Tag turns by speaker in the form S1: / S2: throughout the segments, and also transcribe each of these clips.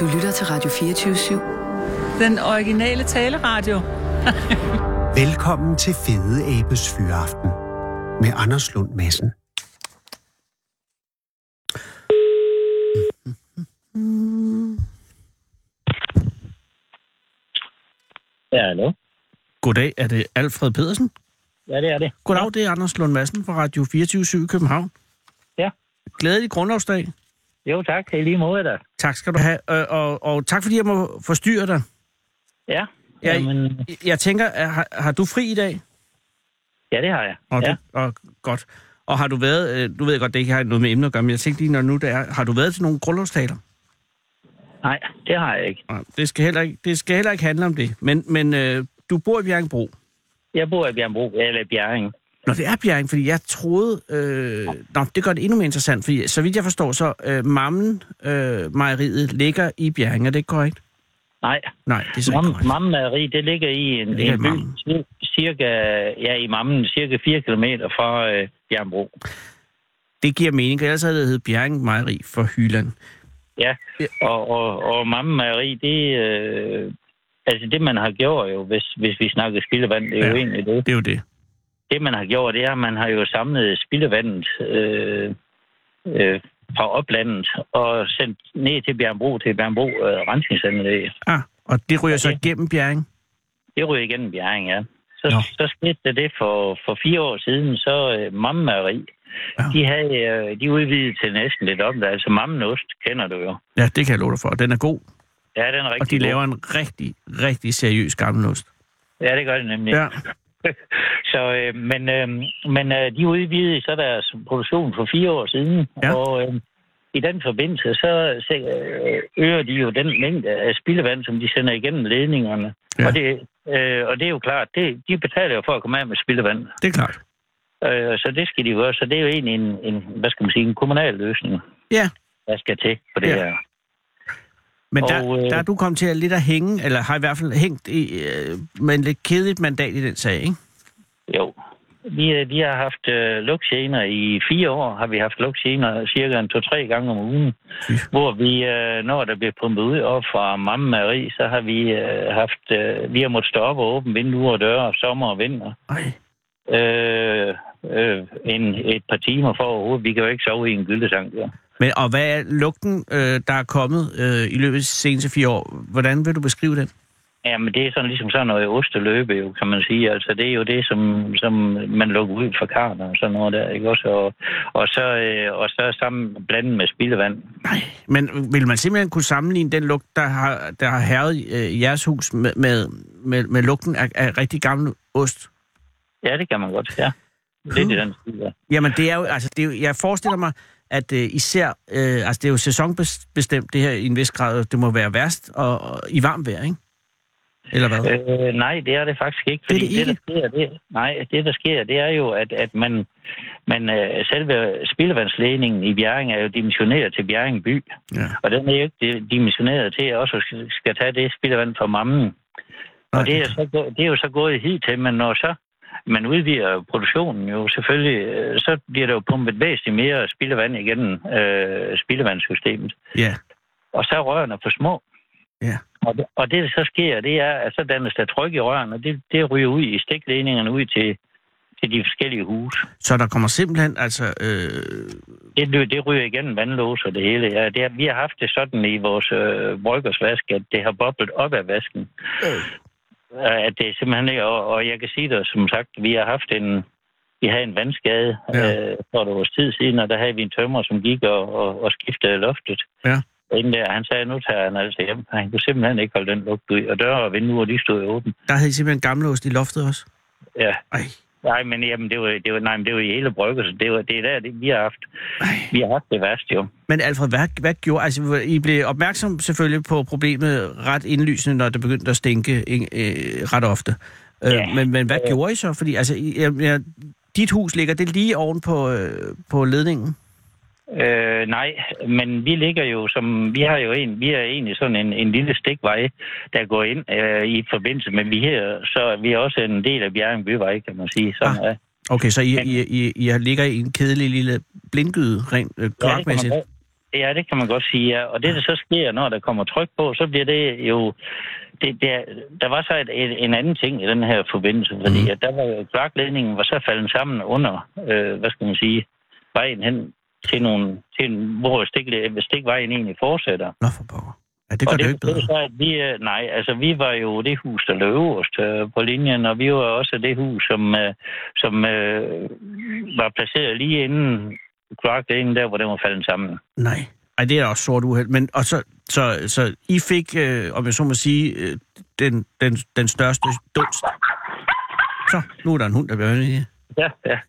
S1: Du lytter til Radio 24/7.
S2: Den originale taleradio.
S3: Velkommen til Fede Abes Fyraften med Anders Lund Madsen.
S4: Ja, hallo.
S5: Goddag, er det Alfred Pedersen?
S4: Ja, det er det.
S5: Goddag, det er Anders Lund Madsen fra Radio 24/7 i København.
S4: Ja.
S5: Glædelig grundlovsdag.
S4: Jo, tak. I lige måde da.
S5: Tak skal du have, og tak fordi jeg må forstyrre dig.
S4: Ja.
S5: Jeg tænker, har du fri i dag?
S4: Ja, det har jeg.
S5: Godt. Og har du været, du ved godt, det ikke har noget med emnet at gøre, men jeg tænkte lige, når nu det er, har du været til nogle grundlovstaler?
S4: Nej, det har jeg ikke.
S5: Nej, det skal heller ikke handle om det. Men du bor i Bjerringbro.
S4: Jeg bor i Bjerringbro, eller Bjerring.
S5: Nå, det er Bjerring, fordi jeg troede... det gør det endnu mere interessant, fordi så vidt jeg forstår, så Mammen mejeriet ligger i Bjerring, er det ikke korrekt?
S4: Nej,
S5: det er så ikke korrekt.
S4: Mammen mejeri, det ligger i en by, i Mammen, cirka 4 kilometer fra Bjerringbro.
S5: Det giver mening, ellers havde det heddet Bjerring mejeri for Hyland.
S4: Ja, og Mammen mejeri, det man har gjort jo, hvis vi snakker spildevand, det er jo egentlig det.
S5: Det er jo det.
S4: Det, man har gjort, det er, at man har jo samlet spildevandet fra oplandet og sendt ned til Bjerringbro rensningsanlæg.
S5: Og det ryger så igennem Bjerring?
S4: Det ryger igennem Bjerring, ja. Så skete det for 4 år siden, så Mammen mejeri. Ja. De udvidede til næsten lidt om det. Altså Mammenost kender du jo. Ja,
S5: det kan jeg love dig for. Den er god.
S4: Ja, den er rigtig god.
S5: Og de laver en rigtig, rigtig seriøs gammelost.
S4: Ja, det gør det nemlig.
S5: Ja.
S4: Så, men de udvidede så deres produktion for 4 år siden, og i den forbindelse, så øger de jo den mængde af spildevand, som de sender igennem ledningerne. Ja. Og det er jo klart, de betaler jo for at komme af med spildevand.
S5: Det er klart.
S4: Så det skal de gøre, så det er jo egentlig en kommunal løsning, der skal til på det her.
S5: Men der er du kommet til at lidt at hænge, eller har i hvert fald hængt med en lidt kedeligt mandat i den sag, ikke?
S4: Jo. Vi har haft lugtgener i 4 år, har vi haft lugtgener cirka 2-3 gange om ugen, hvor vi, når der bliver pumpet ud op fra Mammen mejeri, så har vi vi har måttet stå op og åbne vinduer og døre, sommer og vinter. Et par timer for overhovedet. Vi kan jo ikke sove i en gyldesang, ja.
S5: Men, og hvad er lugten, der er kommet i løbet af de seneste 4 år? Hvordan vil du beskrive den?
S4: Jamen, det er sådan ligesom sådan noget osteløbe, jo, kan man sige. Altså, det er jo det, som man lukker ud fra karne og sådan noget der, ikke også? Og så sammen blandet med spildevand. Nej,
S5: men vil man simpelthen kunne sammenligne den lugt, der har hærget i jeres hus med lugten af rigtig gammel ost?
S4: Ja, det kan man godt, ja. Det er den stil, ja.
S5: Jamen, det er jo, jeg forestiller mig, at især, det er jo sæsonbestemt det her i en vis grad, det må være værst og i varmt vejr, ikke? Eller hvad?
S4: Nej, det er det faktisk ikke. Fordi det der sker, det er jo, at man selve spildevandsledningen i Bjerring er jo dimensioneret til Bjerring by. Ja. Og den er jo ikke dimensioneret til at også skal tage det spildevand fra Mammen. Og det er jo så gået hit til, men når så man udvider produktionen jo selvfølgelig, så bliver der jo pumpet væsentligt mere spildevand igennem spildevandssystemet.
S5: Ja.
S4: Og så er rørene for små.
S5: Ja.
S4: Og det, der så sker, det er, at så dannes der tryk i rørene, og det ryger ud i stikledningerne ud til de forskellige huse.
S5: Så der kommer simpelthen,
S4: Det ryger igennem vandlås og det hele. Ja, vi har haft det sådan i vores bryggersvask, at det har boblet op af vasken. At det simpelthen ikke, og jeg kan sige det, som sagt, vi havde en vandskade for et års tid siden, og der havde vi en tømrer, som gik og skiftede loftet. Ja. Inden der, han sagde, nu tager han altså hjem. Han kunne simpelthen ikke holde den lugt ud, og døre og vinduer, de stod åbne.
S5: Der havde I simpelthen gammelost i loftet også?
S4: Ja. Nej, men jamen, det var i hele brygget, så det er der, vi har haft. Vi har haft det værste, jo.
S5: Men Alfred, hvad gjorde... Altså, I blev opmærksom selvfølgelig på problemet ret indlysende, når det begyndte at stinke ret ofte. Ja. Men hvad gjorde I så? Fordi dit hus ligger det lige oven på ledningen?
S4: Nej, men vi ligger jo vi er egentlig sådan en lille stikvej, der går ind i forbindelse med så er vi også en del af Bjerring byvej, kan man sige. Sådan,
S5: okay, så I ligger i en kedelig lille blindgyde, rent kloakmæssigt?
S4: Ja, det kan man godt sige, ja. Og det, der så sker, når der kommer tryk på, så bliver det jo... Der var så en anden ting i den her forbindelse, fordi at der var kloakledningen var så faldet sammen under, vejen hen til hvor stikvejen egentlig fortsætter.
S5: Nå for pokker. Ja, det gør det jo ikke bedre.
S4: Så, vi var jo det hus, der lå øverst på linjen, og vi var også det hus, som var placeret lige inden kloakledningen, der hvor den var faldet sammen.
S5: Nej. Ej, det er også sort uheld. Men og så I fik, om jeg så må sige, den største dunst. Så, nu er der en hund, der bliver hørt i.
S4: Ja.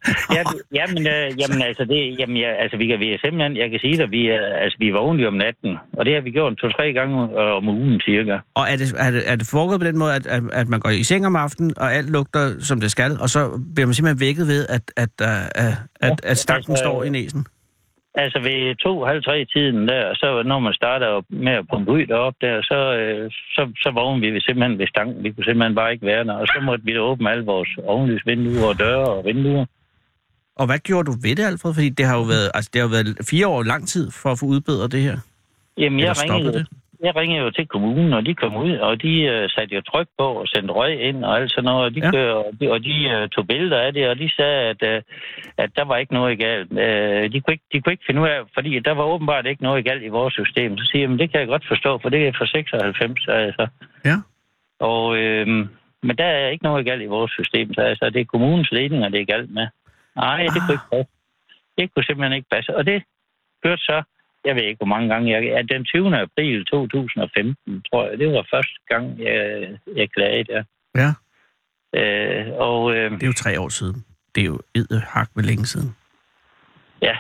S4: Vi er simpelthen, jeg kan sige dig, vi er vågne om natten, og det har vi gjort 2-3 gange om ugen cirka. Og
S5: er det foregået på den måde, at man går i seng om aftenen, og alt lugter, som det skal, og så bliver man simpelthen vækket ved, at stanken står i næsen?
S4: Altså ved 2:30-tiden der, så når man starter med at pumpe ud derop der, så vågner vi simpelthen ved stanken. Vi kunne simpelthen bare ikke være der, og så måtte vi åbne alle vores ovenlysvinduer og døre og vinduer.
S5: Og hvad gjorde du ved det, Alfred? Fordi det har jo været 4 år lang tid for at få udbedret det her.
S4: Jamen, jeg ringede jo til kommunen, og de kom ud, og de satte jo tryk på og sendte røg ind og alt sådan noget. Og de tog billeder af det, og de sagde, at der var ikke noget galt. De kunne ikke finde ud af, fordi der var åbenbart ikke noget galt i vores system. Så siger jeg, det kan jeg godt forstå, for det er fra 96, altså. Ja. Og, men der er ikke noget galt i vores system, så altså, det er kommunens ledninger, det er galt med. Nej, det kunne ikke passe. Det kunne simpelthen ikke passe. Og det kørte så. Jeg ved ikke, hvor mange gange. Den 20. april 2015, tror jeg, det var første gang, jeg klagede der. Ja.
S5: Det er jo 3 år siden. Det er jo edderhak med længe siden.
S4: Ja.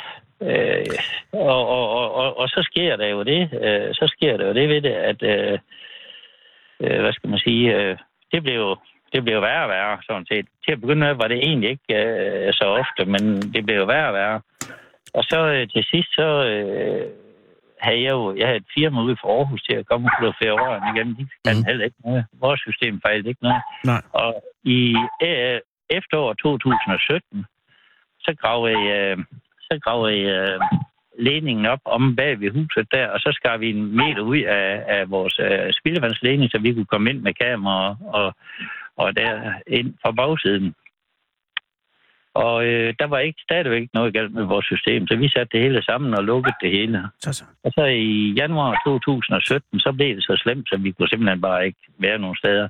S4: Og så sker der jo det. Ved det, at det blev værre og værre, sådan set. Til at begynde med var det egentlig ikke så ofte, men det blev værre og værre. Og så til sidst, så havde jeg havde et firma ude for Aarhus til at komme og slå flere år igennem. De kan heller ikke noget. Vores system fejlede ikke noget. Nej. Og i efteråret 2017, så gravede jeg ledningen op om bag ved huset der, og så skar vi 1 meter ud af vores spildevandsledning, så vi kunne komme ind med kamera og der ind fra bagsiden. Og der var stadigvæk ikke noget galt med vores system, så vi satte det hele sammen og lukkede det hele. Så. Og så i januar 2017, så blev det så slemt, så vi kunne simpelthen bare ikke være nogen steder.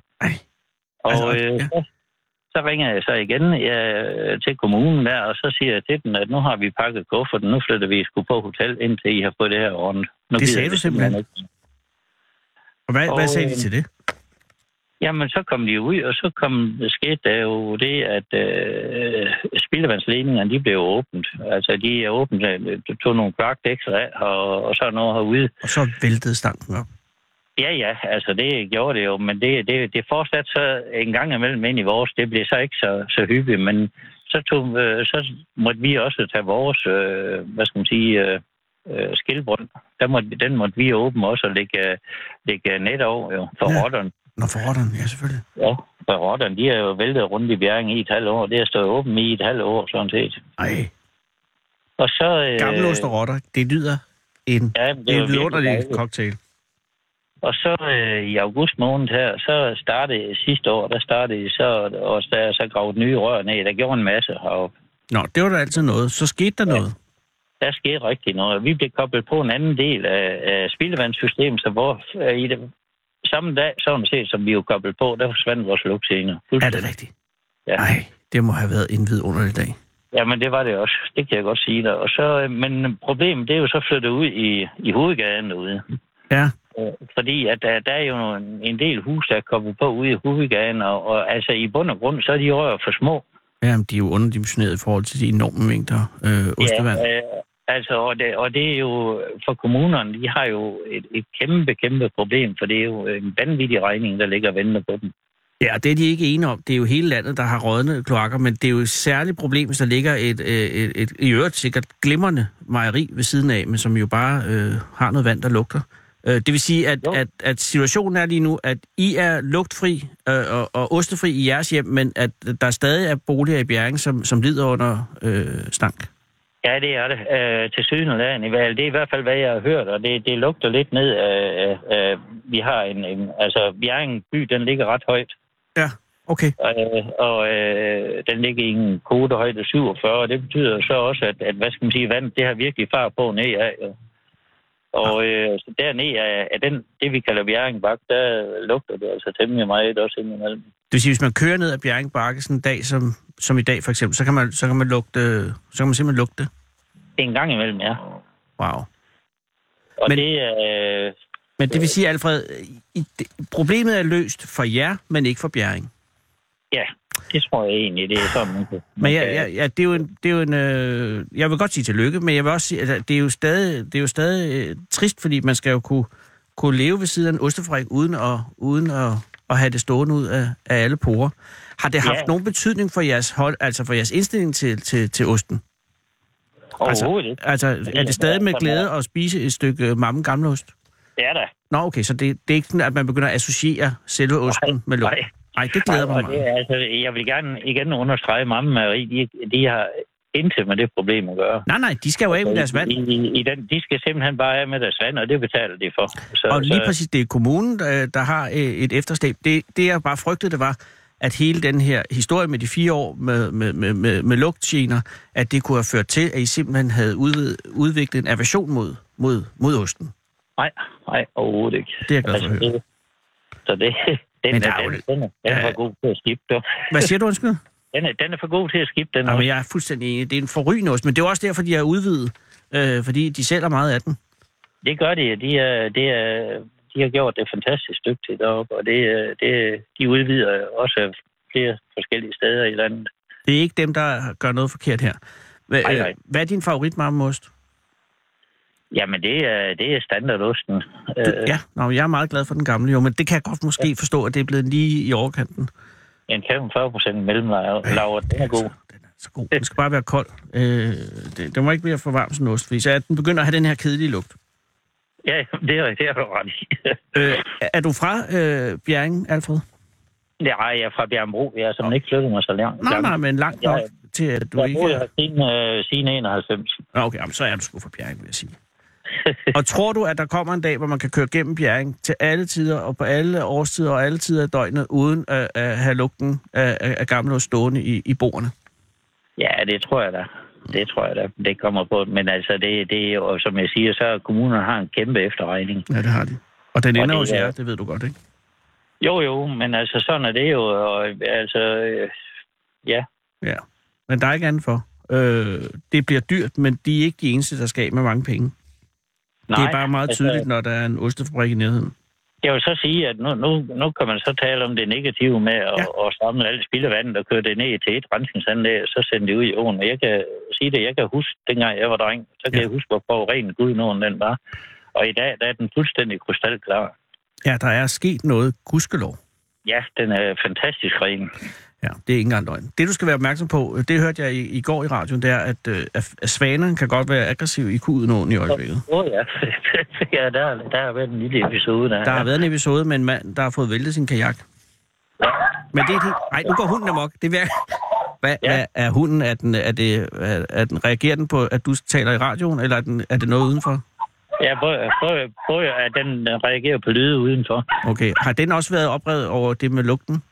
S4: Så ringer jeg så igen til kommunen der, og så siger jeg til dem, at nu har vi pakket kufferten, nu flytter vi sgu på hotel, indtil I har fået det her ordnet.
S5: Det sagde du simpelthen ikke. Og hvad sagde de til det?
S4: Jamen, så kom de ud, og så skete der jo det, at spildevandsledningerne, de blev åbent. Altså, de er åbent, tog nogle kloakdæksler af, og så noget herude. Og så væltede stanken op? Ja, altså, det gjorde det jo, men det fortsatte så en gang imellem ind i vores. Det blev så ikke så hyppigt, men så måtte vi også tage vores, skildbrønd. Den måtte vi åbne også og lægge net over jo, for rotterne.
S5: Nå, for rotterne, ja, selvfølgelig.
S4: Ja, for rotterne, de er jo væltet rundt i bjergen i et halvt år. Det har stået åbent i et halvt år, sådan set.
S5: Ej.
S4: Og så...
S5: Gammelost og rotter, det lyder en vidunderlig cocktail.
S4: Og så i august måned her, så startede sidste år, der så gravede nye rør ned. Der gjorde en masse heroppe.
S5: Nå, det var der altid noget. Så skete der noget?
S4: Der skete rigtig noget. Vi blev koblet på en anden del af spildevandssystemet, så hvor i det samme dag, sådan set, som vi jo koblet på, der forsvandt vores lugtgener.
S5: Er det rigtigt? Ja. Nej, det må have været en vidunderlig dag.
S4: Jamen, det var det også. Det kan jeg godt sige dig. Og så, men problemet, det er jo så flyttet ud i hovedgaden derude. Ja. Fordi at der er jo en del hus, der er koblet på ude i hovedgaden, og altså i bund og grund, så er de rør for små.
S5: Jamen, de er jo underdimensioneret i forhold til de enorme mængder ostevand.
S4: Ja, altså, og det er jo for kommunerne, de har jo et kæmpe problem, for det er jo en vanvittig regning, der ligger og venter på dem.
S5: Ja, det er de ikke enige om. Det er jo hele landet, der har rådne kloakker, men det er jo et særligt problem, hvis der ligger et i øvrigt sikkert glimrende mejeri ved siden af, men som jo bare har noget vand, der lugter. Det vil sige, at situationen er lige nu, at I er lugtfri og ostefri i jeres hjem, men at der stadig er boliger i Bjerring, som lider under stank.
S4: Ja, det er det. Til sydenland. Det er i hvert fald, hvad jeg har hørt, og det lugter lidt ned af vi har altså Bjerring by, den ligger ret højt.
S5: Ja, okay.
S4: Og den ligger i en kodehøjde 47, og det betyder så også, at hvad skal man sige, vandet, det har virkelig fart på nedad. Og så dernede af det, vi kalder Bjerring Bakke, der lugter det altså temmelig meget også indimellem.
S5: Det vil sige, hvis man kører ned ad Bjerring Bakke sådan en dag, som i dag for eksempel, så kan man simpelthen lugte det?
S4: En gang imellem, ja.
S5: Wow.
S4: Og
S5: men det vil sige, Alfred, problemet er løst for jer, men ikke for Bjerring.
S4: Ja, det tror jeg egentlig, det er sådan.
S5: Men det er jo en jeg vil godt sige tillykke, men jeg vil også sige, at det er jo stadig trist, fordi man skal jo kunne leve ved siden af en ostefabrik uden at have det stående ud af alle porer. Har det haft nogen betydning for jeres hold, altså for jeres indstilling til osten?
S4: Overhovedet ikke.
S5: Altså, er det stadig med glæde at spise et stykke Mammen Gamleost?
S4: Ja da.
S5: Nå, okay, så det er ikke sådan, at man begynder at associere selve osten med lugt? Nej, det glæder mig meget.
S4: Altså, jeg vil gerne igen understrege, Mammen Mejeri, de har intet med det problem at gøre.
S5: Nej, de skal jo af med deres vand.
S4: De skal simpelthen bare af med deres vand, og det betaler de for.
S5: Og lige præcis, det er kommunen, der har et efterslæb. Det jeg bare frygtede, det var, at hele den her historie med de 4 år med lugtgener, at det kunne have ført til, at I simpelthen havde udviklet en aversion mod osten. Nej,
S4: overhovedet ikke.
S5: Det er jeg glad for at høre.
S4: Så den er for god til at skifte.
S5: Hvad siger du, undskyld?
S4: Den er for god til at skifte.
S5: Men jeg er fuldstændig enig. Det er en forrygende ost, men det er også derfor, de er udvidet, fordi de sælger meget af den.
S4: Det gør de. De har gjort det fantastisk dygtigt deroppe, og de udvider også flere forskellige steder i landet.
S5: Det er ikke dem, der gør noget forkert her.
S4: Nej.
S5: Hvad er din favoritmarmost?
S4: Jamen, det er standardosten.
S5: Jeg er meget glad for den gamle, jo, men det kan jeg godt måske forstå, at det er blevet lige i overkanten.
S4: En 45% mellemlager, den er god.
S5: Den er så god. Den skal bare være kold. Den må ikke være for varm sådan en ost, fordi så den begynder at have den her kedelige lugt.
S4: Ja, det er du ret i.
S5: Er du fra Bjerring, Alfred?
S4: Ja, jeg er fra Bjergbro. Jeg har simpelthen ikke flyttet mig så langt.
S5: Nej, men langt nok til, at du ikke...
S4: Jeg har siden 91.
S5: Okay, så er du sgu fra Bjerring, vil jeg sige. Og tror du, at der kommer en dag, hvor man kan køre gennem Bjerring til alle tider og på alle årstider og alle tider af døgnet, uden at have lugten af gamle ost stående i bordene?
S4: Ja, det tror jeg da. Det kommer på. Men altså, det er jo, som jeg siger, så kommunerne har en kæmpe efterregning.
S5: Ja, det har de. Og den ender hos jer, det ved du godt, ikke?
S4: Jo, men altså, sådan er det jo. Ja.
S5: Ja, men der er ikke andet for. Det bliver dyrt, men de er ikke de eneste, der skal af med mange penge. Nej, det er bare meget tydeligt, når der er en ostefabrik i nærheden.
S4: Jeg vil så sige, at nu kan man så tale om det negative med at samle alt spildevandet og køre det ned til et rensningsanlæg, og så sende det ud i åen. Og jeg kan sige det, jeg kan huske, dengang jeg var dreng, så kan jeg huske, hvor forurenet Gudnåen den var. Og i dag, der er den fuldstændig krystalklar.
S5: Ja, der er sket noget, gudskelov.
S4: Ja, den er fantastisk ren.
S5: Ja, det er ikke engang løgn. Det, du skal være opmærksom på, det hørte jeg i går i radioen, det er, at svanerne kan godt være aggressiv i Gudnåen i øjeblikket.
S4: Ja, der har været en lille episode.
S5: Der har været en episode med en mand, der har fået væltet sin kajak. Men det er ikke... Nej, nu går hunden amok. Det Hvad er hunden? Reagerer den på, at du taler i radioen, eller er det noget udenfor?
S4: Ja, både at den reagerer på lyde udenfor.
S5: Okay. Har den også været oprevet over det med lugten?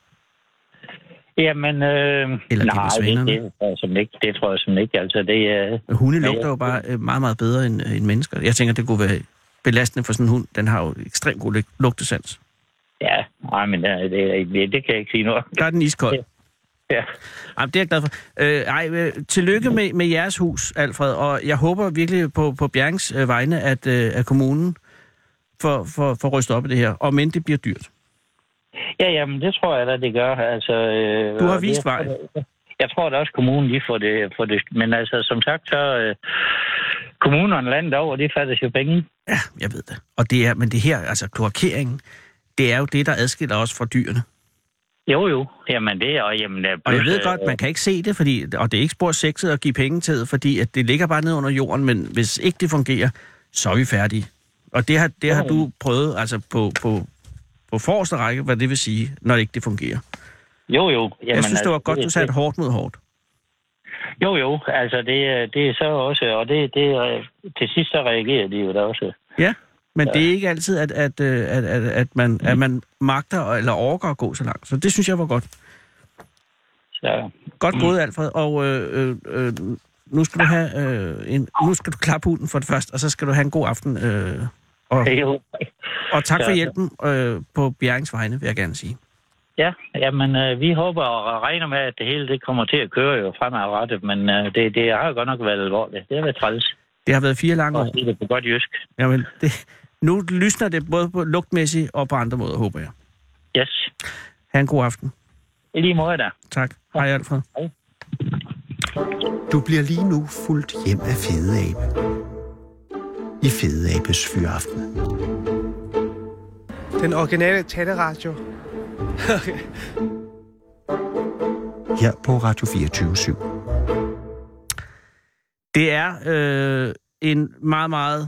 S4: Jamen, nej, det tror jeg simpelthen ikke. Altså,
S5: hunde lugter jo bare meget, meget bedre end mennesker. Jeg tænker, det kunne være belastende for sådan en hund. Den har jo ekstremt god lugtesans.
S4: Ja, nej, men det kan jeg ikke sige noget.
S5: Der er den iskold.
S4: Ja.
S5: Ej, det er jeg glad for. Tillykke med jeres hus, Alfred, og jeg håber virkelig på Bjerrings vegne, at kommunen får rystet op i det her, og men det bliver dyrt.
S4: Ja, jamen, det tror jeg da, det gør. Altså,
S5: du har vist vej.
S4: Jeg tror da også, kommunen lige får det. Men altså, som sagt, så kommunerne landet over, de fattes jo penge.
S5: Ja, jeg ved det. Og men det her, altså kloakeringen, det er jo det, der adskiller os fra dyrene.
S4: Jo. Jamen det, og jamen...
S5: Og jeg ved godt, man kan ikke se det, og det er ikke spor sexet at give penge til det, fordi at det ligger bare ned under jorden, men hvis ikke det fungerer, så er vi færdige. Og det har du prøvet, altså på forreste række, hvad det vil sige, når det ikke det fungerer.
S4: Jo. Jamen,
S5: jeg synes, det var godt, du satte hårdt mod hårdt.
S4: Jo, altså det er så også, og det til sidst så reagerer de jo da også.
S5: Ja, men det er ikke altid, at man magter eller orker at gå så langt. Så det synes jeg var godt.
S4: Så.
S5: Godt gået, Alfred, og nu skal du have nu skal du klappe hunden for det først, og så skal du have en god aften. Og tak for hjælpen på Bjerrings vegne, vil jeg gerne sige.
S4: Ja, jamen vi håber og regner med, at det hele det kommer til at køre jo fremadrettet, men det har jo godt nok været alvorligt. Det har været træls.
S5: Det har været 4 lange år.
S4: Det er på godt jysk.
S5: Jamen, nu lysner det både på lugtmæssigt og på andre måder, håber jeg.
S4: Yes.
S5: Ha' en god aften.
S4: I lige måde da.
S5: Tak. Hej, Alfred.
S4: Hej.
S3: Du bliver lige nu fuldt hjem af Fede Abe. I Fede Abes Fyraften.
S1: Den originale taleradio.
S3: Okay. Her på Radio 24/7.
S5: Det er en meget, meget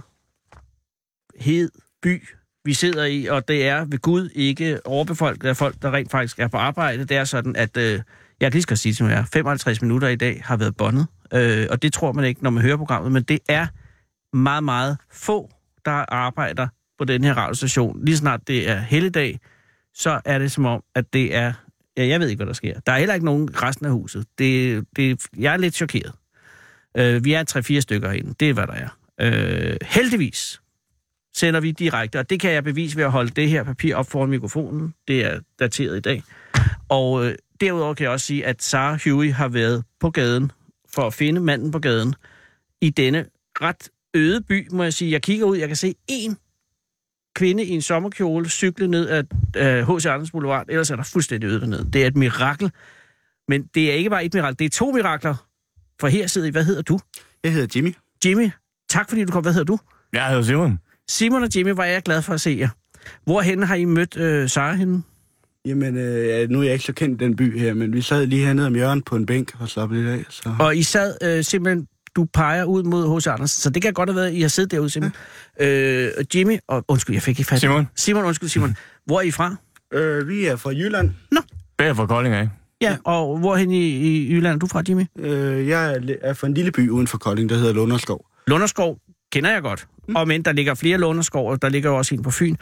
S5: hed by, vi sidder i, og det er ved Gud ikke overbefolket af folk, der rent faktisk er på arbejde. Det er sådan, at jeg kan lige sige, som er 55 minutter i dag har været bondet, og det tror man ikke, når man hører programmet, men det er meget, meget få, der arbejder på den her radiostation. Lige snart det er helligdag, så er det som om, at det er... Ja, jeg ved ikke, hvad der sker. Der er heller ikke nogen resten af huset. Jeg er lidt chokeret. Vi er 3-4 stykker herinde. Det er, hvad der er. Heldigvis sender vi direkte, og det kan jeg bevise ved at holde det her papir op foran mikrofonen. Det er dateret i dag. Og derudover kan jeg også sige, at Sarah Huey har været på gaden for at finde manden på gaden i denne ret øde by, må jeg sige. Jeg kigger ud, jeg kan se en kvinde i en sommerkjole cykle ned af H.C. Andersens Boulevard, ellers er der fuldstændig øde dernede. Det er et mirakel, men det er ikke bare et mirakel, det er 2 mirakler. For her sidder I, hvad hedder du?
S6: Jeg hedder Jimmy.
S5: Jimmy, tak fordi du kom. Hvad hedder du?
S6: Jeg hedder Simon.
S5: Simon og Jimmy, var jeg glad for at se jer. Hvorhenne har I mødt Sarah henne?
S6: Jamen, nu er jeg ikke så kendt den by her, men vi sad lige hernede om hjørnet på en bænk og slappede lidt af. Så.
S5: Og I sad simpelthen, du peger ud mod H.C. Andersen, så det kan godt have været, at I har siddet derude, Simon. Ja. Jimmy, og undskyld, jeg fik ikke fat. Simon, undskyld, Simon. Hvor er I fra?
S6: Vi er fra Jylland.
S5: Nå.
S6: Jeg er fra Kolding af.
S5: Ja, og hvorhen i Jylland er du fra, Jimmy?
S6: Jeg er fra en lille by uden for Kolding, der hedder Lunderskov.
S5: Lunderskov kender jeg godt. Men der ligger flere Lunderskov, og der ligger jo også en på Fyn.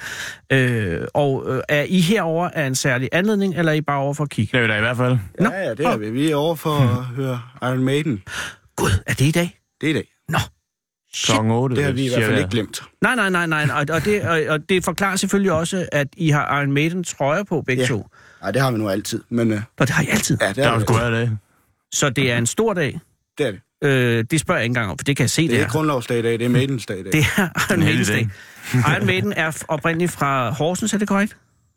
S5: Er I herover af en særlig anledning, eller er I bare over for at kigge?
S6: Det er der i hvert fald. Ja, det er vi. Vi er over for at høre Iron Maiden.
S5: Gud, er det i dag?
S6: Det er i dag.
S5: Nå.
S6: Klokken 8. Det har vi i hvert fald ikke glemt.
S5: Nej. Og det forklarer selvfølgelig også, at I har Iron Maiden trøjer på begge to.
S6: Nej, det har vi nu altid. Men,
S5: og det har I altid?
S6: Ja, det har vi sgu det.
S5: Så det er en stor dag?
S6: Det er det.
S5: Det spørger jeg ikke engang om, for det kan jeg se,
S6: det er. Det er grundlovsdag i dag, det er Maidens dag i dag.
S5: Det er Iron Maidens dag. Iron Maiden er oprindeligt fra Horsens, er det korrekt?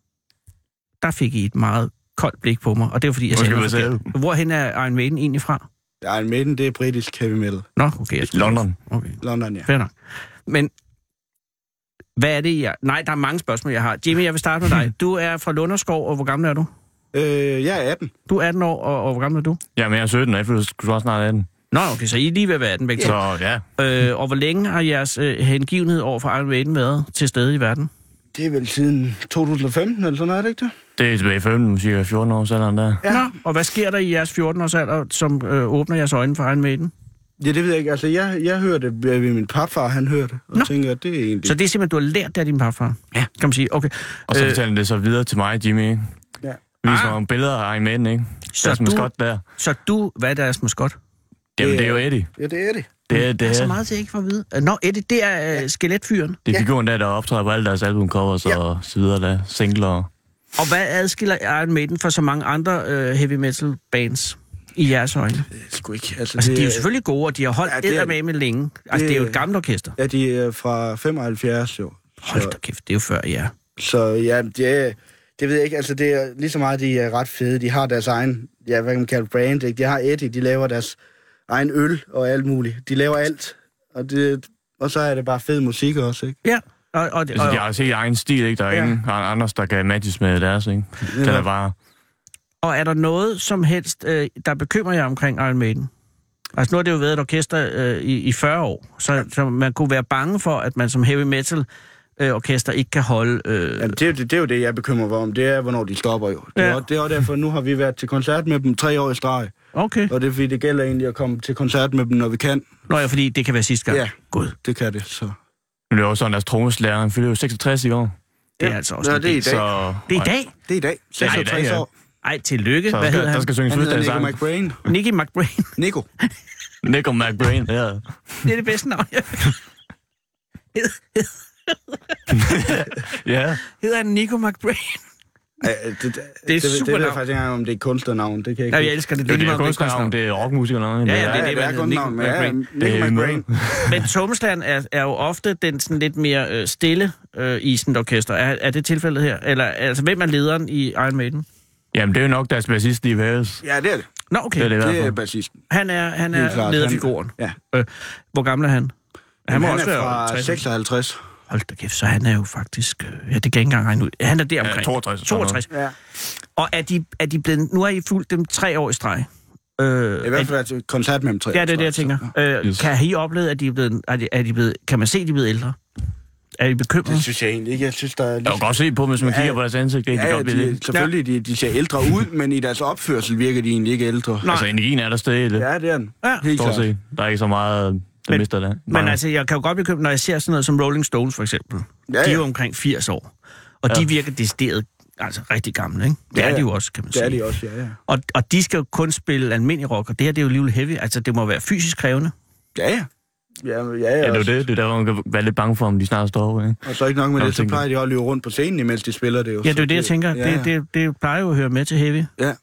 S5: Der fik I et meget koldt blik på mig, og det er fordi, jeg sagde hvorhen er Iron Maiden egentlig fra?
S6: Iron Maiden, det er britisk heavy metal.
S5: Nå, okay.
S6: London.
S5: Okay.
S6: London, ja.
S5: Fair nok. Men hvad er det, Nej, der er mange spørgsmål, jeg har. Jimmy, jeg vil starte med dig. Du er fra Lunderskov, og hvor gammel er du?
S6: Jeg er 18.
S5: Du er 18 år, og hvor gammel er du?
S6: Jamen, jeg er 17, jeg skulle også snart 18.
S5: Nå, okay, så I er lige ved at være 18 begge to.
S6: Så, ja.
S5: Og hvor længe har jeres hengivenhed over for Iron Maiden været til stede i verden?
S6: Det er vel siden 2015, eller sådan noget, er det ikke det? Det er tilbage i 15, cirka 14 års alderen der.
S5: Ja. Nå, og hvad sker der i jeres 14-års alder, som åbner jeres øjne for Iron Maiden?
S6: Ja, det ved jeg ikke. Altså, jeg hørte det ved min papfar, han hørte og tænker, at det er egentlig...
S5: Så det er simpelthen, du har lært det af din papfar? Ja. Kan man sige, okay.
S7: Og så fortæller det så videre til mig, Jimmy, ikke?
S6: Ja.
S7: Viser nogle billeder af Iron Maiden, ikke? Deres maskot der.
S5: Så hvad er deres maskot?
S7: Jamen, det er jo Eddie.
S6: Ja, det er Eddie.
S7: Det er
S5: så meget til, jeg ikke får at vide. Nå, Eddie, det er skeletfyren.
S7: Det er figuren der optræder på alle deres albumcovers og så videre der. Singler.
S5: Og hvad adskiller Iron Maiden fra så mange andre heavy metal bands i jeres øjne?
S6: Sgu ikke. Altså
S5: de er jo selvfølgelig gode, og de har holdt eddermame længe. Altså, det er jo et gammelt orkester.
S6: Ja, de er fra 75, jo.
S5: Hold da kæft, det er jo før, ja.
S6: Så ja, det ved jeg ikke. Altså, det er lige så meget, de er ret fede. De har deres egen, hvad kan man kalde brand, ikke? De har Eddie, de laver deres egen øl og alt muligt. De laver alt. Og så er det bare fed musik også, ikke?
S5: Ja.
S7: Altså, de har også egen stil, ikke? Der er ingen andres, der kan matches med deres, ikke? Det er bare...
S5: Og er der noget som helst, der bekymrer jer omkring Iron Maiden? Altså nu har det jo været et orkester i 40 år, så man kunne være bange for, at man som heavy metal orkester ikke kan holde...
S6: Ja, det er jo det, jeg bekymrer mig om. Det er, hvornår de stopper jo. Det er også derfor, nu har vi været til koncert med dem 3 år i streg.
S5: Okay.
S6: Og det er fordi, det gælder egentlig at komme til koncert med dem, når vi kan.
S5: Nå ja, fordi det kan være sidste gang.
S6: Ja,
S5: God.
S6: Det kan det, så...
S7: Men det er jo sådan, at trommeslager, han fylder jo 66 i år.
S5: Det er altså også
S6: det er i dag.
S7: Så...
S5: Det er i dag?
S6: Det er i dag. 66 år.
S5: Ej, tillykke.
S7: Så
S5: hvad hedder han?
S7: Der skal synges fødselsdagssang.
S6: Nico McBrain.
S5: Nicky McBrain.
S7: Nico McBrain, ja.
S5: Det er det bedste navn, jeg
S7: Ja.
S5: Hedder han Nico McBrain?
S6: Det er super navn. Det er faktisk ikke engang, om det er kunstnernavn. Det kan jeg ikke.
S5: Jeg elsker det.
S7: Det er kunstnernavn, det er rockmusikernavn.
S5: Ja,
S6: det er kunstnernavn. Nico McBrain.
S5: Men trommeslageren er jo ofte den sådan lidt mere stille i sådan et orkester. Er det tilfældet her? Eller altså, hvem er lederen i Iron Maiden?
S7: Jamen, det er jo nok deres bassist, Steve Harris.
S6: Ja, det er det.
S5: Nå, okay.
S6: Det er bassisten.
S5: Han er lederfiguren.
S6: Ja.
S5: Hvor gammel er han?
S6: Han er fra 56.
S5: Hold da kæft, så han er jo faktisk... Ja, det kan ikke engang regne ud. Han er der omkring.
S7: 62.
S5: Ja. Og er de blevet... Nu har I fulgt dem 3 år i streg.
S6: I hvert fald været til koncert med dem 3 år.
S5: Ja, det er det, jeg tænker. Kan I opleve, at de er blevet... Kan man se, at de er blevet ældre? Er I bekymret?
S6: Det synes jeg egentlig ikke. Jeg synes, der er...
S7: Jeg kan godt se på, hvis man kigger på deres ansigt.
S6: Selvfølgelig, de ser ældre ud, men i deres opførsel virker de egentlig ikke ældre.
S7: Altså, energien er der stadig.
S6: Ja, det er den.
S5: Ja.
S6: Helt klart.
S7: Der er ikke så meget...
S5: Men altså, jeg kan jo godt bekymre, når jeg ser sådan noget som Rolling Stones, for eksempel. Ja. De er jo omkring 80 år. Og de virker decideret, altså rigtig gamle, ikke? Det er de jo også, kan man sige.
S6: Det er de også, ja.
S5: Og de skal jo kun spille almindelig rock, og det her, det er jo alligevel heavy. Altså, det må være fysisk krævende.
S6: Ja,
S7: det er jo det. Det er der, man kan være lidt bange for, om de snart står over, ikke?
S6: Og så ikke nok med det, så plejer de at løbe rundt på scenen, imens de spiller det jo.
S5: Ja, det er det, jeg tænker. Ja. Det plejer jo at høre med til heavy.
S6: Ja.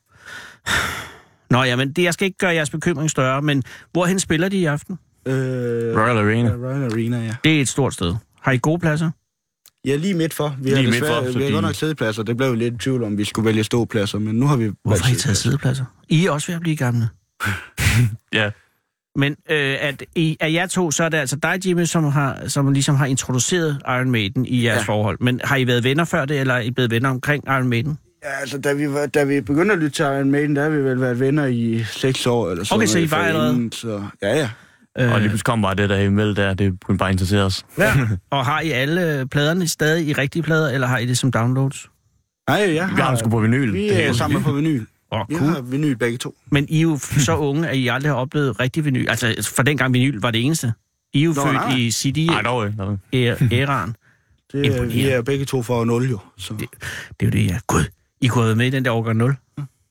S5: Nå, ja, men jeg skal ikke gøre jeres bekymring større, men hvorhen spiller de i aften?
S7: Royal Arena.
S6: Royal Arena, ja.
S5: Det er et stort sted. Har I gode pladser?
S6: Ja, lige midt for. Vi har godt nok sædepladser. Det blev jo lidt i tvivl om, vi skulle vælge ståpladser, men nu har vi...
S5: Hvorfor har I taget sædepladser? I er også ved at blive gamle.
S7: Ja.
S5: Men af jer to, så er det altså dig, Jimmy, som ligesom har introduceret Iron Maiden i jeres forhold. Men har I været venner før det, eller er I blevet venner omkring Iron Maiden?
S6: Ja, altså, da vi begyndte at lytte til Iron Maiden, der har vi vel været venner i 6 år eller sådan.
S5: Okay, så I var allerede?
S6: Så, ja.
S7: Og lige pludselig kom bare det der imellem der, det kunne bare interessere os.
S5: Ja. Og har I alle pladerne stadig i rigtige plader, eller har I det som downloads?
S6: Nej,
S7: vi har sgu på vinyl.
S6: Vi er sammen på vinyl.
S5: Cool.
S6: Vi har vinyl begge to.
S5: Men I er jo så unge, at I aldrig har oplevet rigtig vinyl. Altså, for dengang vinyl var det eneste. I er jo født i CD-æraen.
S6: Vi er begge to for 0 jo. Så.
S5: Det er jo det, ja. Gud, I kunne have været med i den der årgang 0.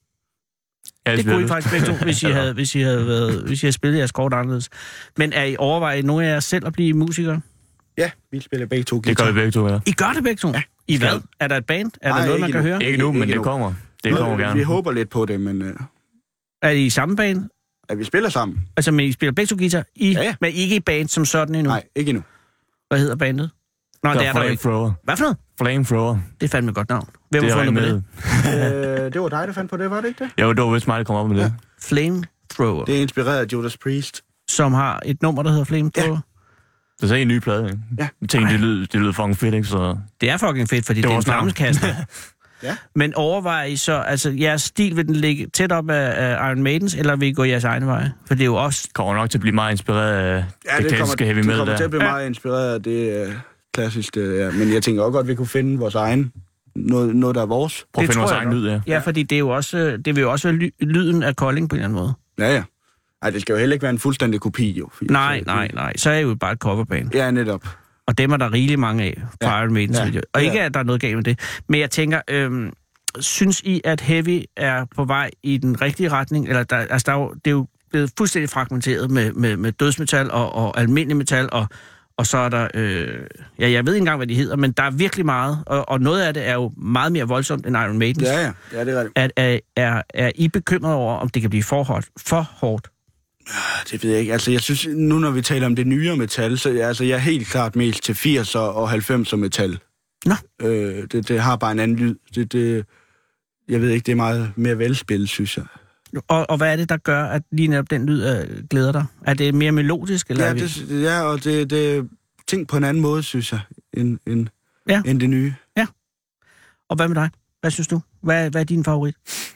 S5: Ja, det kunne I faktisk begge to, hvis I havde spillet jeres kort anderledes. Men er I overvejet nogen af jer selv at blive musikere?
S6: Ja, vi spiller begge to guitar.
S7: Det gør vi begge to, ja.
S5: I gør det begge to? Ja. I hvad? Er der et band? Er der noget, man kan høre?
S7: Ikke nu, men det kommer. Det kommer gerne.
S6: Vi håber lidt på det, men...
S5: Er I i samme band?
S6: Ja, vi spiller sammen.
S5: Altså, men I spiller begge to guitar? Men ikke i band som sådan endnu?
S6: Nej, ikke endnu.
S5: Hvad hedder bandet? Nå, det er der ikke.
S7: Hvad
S5: for noget?
S7: Flamethrower.
S5: Det er fandme et godt navn. Hvem har fundet med det?
S6: Det var dig, der fandt på det, var det ikke det?
S7: Jo, det var vist mig, der kom op med det.
S5: Flamethrower.
S6: Det er inspireret af Judas Priest.
S5: Som har et nummer, der hedder Flamethrower? Ja.
S7: Det er en ny plade, ikke? Ja. Jeg tænkte, det lyder fucking fedt, ikke? Så...
S5: Det er fucking fedt, fordi det er en flammeskaster.
S6: Ja.
S5: Men overvejer I så, altså jeres stil, vil den ligge tæt op af Iron Maidens, eller vil I gå jeres egen vej? For det er jo også...
S7: Kommer nok til at blive meget inspireret af det klassiske heavy metal der.
S6: Det kommer til at blive meget inspireret af det klassiske, ja. Men jeg tænker også godt, at vi kunne finde vores egen, noget der er vores.
S7: Prøv at finde vores egen lyd, ja.
S5: Ja, fordi det er jo også, det vil jo også være lyden af Kolding på en eller anden måde.
S6: Ja. Ej, det skal jo heller ikke være en fuldstændig kopi, jo.
S5: Nej. Så er jeg jo bare et coverband.
S6: Ja, netop.
S5: Og dem er der rigeligt mange af fra Iron Maidens video. Og ikke, at der er noget galt med det. Men jeg tænker, synes I, at heavy er på vej i den rigtige retning? Eller det er jo blevet fuldstændig fragmenteret med dødsmetal og almindelig metal, og så er der... jeg ved ikke engang, hvad de hedder, men der er virkelig meget, og noget af det er jo meget mere voldsomt end Iron Maidens.
S6: Ja, det er rigtigt.
S5: Er I bekymret over, om det kan blive for hårdt?
S6: Det ved jeg ikke. Altså, jeg synes, nu når vi taler om det nyere metal, så jeg er helt klart mest til 80'er og 90'er metal.
S5: Nå.
S6: Det har bare en anden lyd. Jeg ved ikke, det er meget mere velspillet, synes jeg.
S5: Og hvad er det, der gør, at lige netop den lyd glæder dig? Er det mere melodisk? Eller
S6: og det er ting på en anden måde, synes jeg, end det nye.
S5: Ja. Og hvad med dig? Hvad synes du? Hvad er din favorit?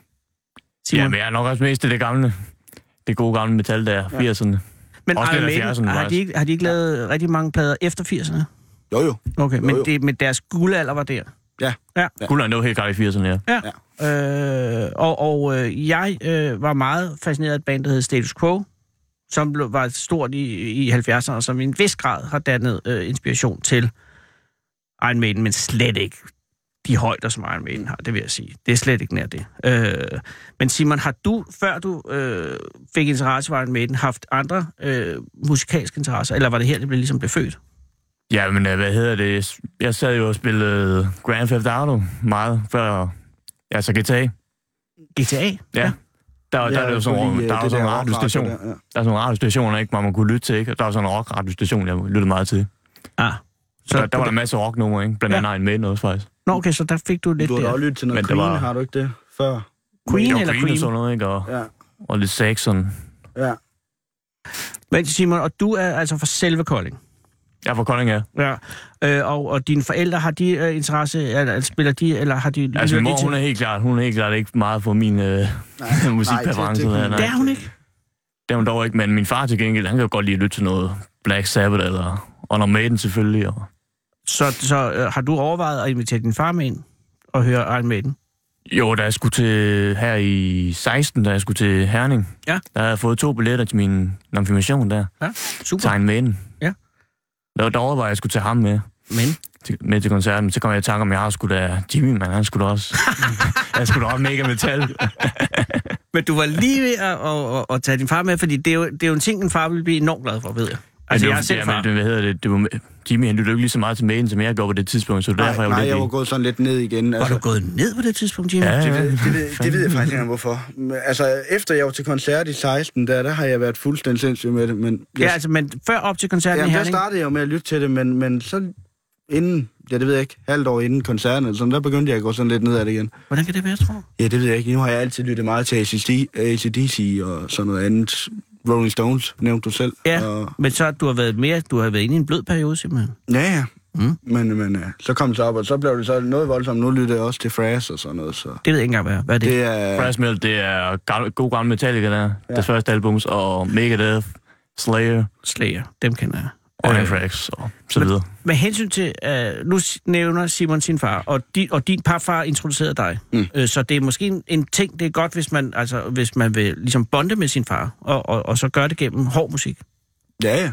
S5: Simon?
S7: Jamen, jeg er nok også mest til det gamle. Det gode gamle metal der, 80'erne.
S5: Men Iron Maiden, har de ikke lavet rigtig mange plader efter 80'erne?
S6: Jo.
S5: Okay, men deres guldalder var der?
S6: Ja.
S7: Gulderen, det var helt klart i 80'erne, ja.
S5: Jeg var meget fascineret af et band, der hed Status Quo, som var stort i 70'erne, og som i en vis grad har dannet inspiration til Iron Maiden, men slet ikke de højder, som Iron Maiden har, det vil jeg sige. Det er slet ikke nær det. Men Simon, har du, før du fik interesse for Iron Maiden, haft andre musikalske interesser, eller var det her, det ligesom blev født?
S7: Ja, men hvad hedder det? Jeg sad jo og spillede Grand Theft Auto meget før, altså GTA.
S5: GTA?
S7: Ja. Der er jo sådan en radiostation. Der er sådan en radiostation, ikke, man kunne lytte til, ikke? Der var sådan en rock-radiostation, jeg lyttede meget til. Så der var der masser af rocknumre, ikke? Blandt andet Iron Maiden også, faktisk.
S5: Nå, okay, så der fik du lidt der.
S6: Du har også lyttet til noget Queen, har du ikke det? Før?
S5: Queen eller
S7: Queen? Og sådan noget, ikke? Og lidt Saxon.
S6: Ja.
S5: Men Simon, og du er altså fra selve Kolding?
S7: Jeg er fra Kolding, ja.
S5: Og dine forældre, har de interesse, eller spiller de, eller har de...
S7: Altså, min mor, hun er helt klart ikke meget for min musikpræference.
S5: Det er hun ikke?
S7: Det er hun dog ikke, men min far til gengæld, han kan jo godt lide at lytte til noget Black Sabbath, eller Iron Maiden selvfølgelig.
S5: Så har du overvejet at invitere din far med ind og høre Iron Maiden?
S7: Jo, da jeg skulle til her i 16, da jeg skulle til Herning, der havde jeg fået 2 billetter til min konfirmation der. Ja, super. Til Iron Maiden. Ja. Der overvejede, at jeg skulle tage ham med. Med til koncerten, men så kom jeg i tanke om, jeg har sgu da Jimmy, men han skulle da også. Jeg skulle da også mega metal.
S5: Men du var lige ved at tage din far med, fordi det er jo en ting, en far vil blive enormt glad for, ved jeg. Altså, jeg er selv far.
S7: Hvad hedder det? Jimmy, han lyttede ikke lige så meget til Maiden, som jeg gjorde på det tidspunkt, så derfor
S6: jeg var gået sådan lidt ned igen.
S5: Var du gået ned på det tidspunkt, Jimmy?
S6: Ja, det ved jeg faktisk ikke, hvorfor. Altså, efter jeg var til koncert i 16, der har jeg været fuldstændig sindssyg med det. Men
S5: men før op til koncerten i Herning?
S6: Der startede jeg jo med at lytte til det, men så inden, det ved jeg ikke, halvt år inden koncerten, eller sådan, der begyndte jeg at gå sådan lidt ned ad det igen.
S5: Hvordan kan det være, tror du?
S6: Ja, det ved jeg ikke. Nu har jeg altid lyttet meget til AC/DC og sådan noget andet. Rolling Stones, nævnte du selv.
S5: Ja, men så du har været inde i en blød periode, simpelthen.
S6: Ja. Men så kom det så op, og så blev det så noget voldsomt. Nu lytter jeg også til Thrash og sådan noget. Så.
S5: Det ved jeg ikke engang, hvad er det?
S7: Det er... Thrash Metal, det er god gammel Metallica der. Ja. Det første albums, og Megadeth, Slayer,
S5: dem kender jeg.
S7: Og Anthrax og så videre.
S5: Med hensyn til, nu nævner Simon sin far, og din parfar introducerede dig. Så det er måske en ting, det er godt, hvis man vil ligesom bonde med sin far, og så gøre det gennem hård musik.
S6: Ja.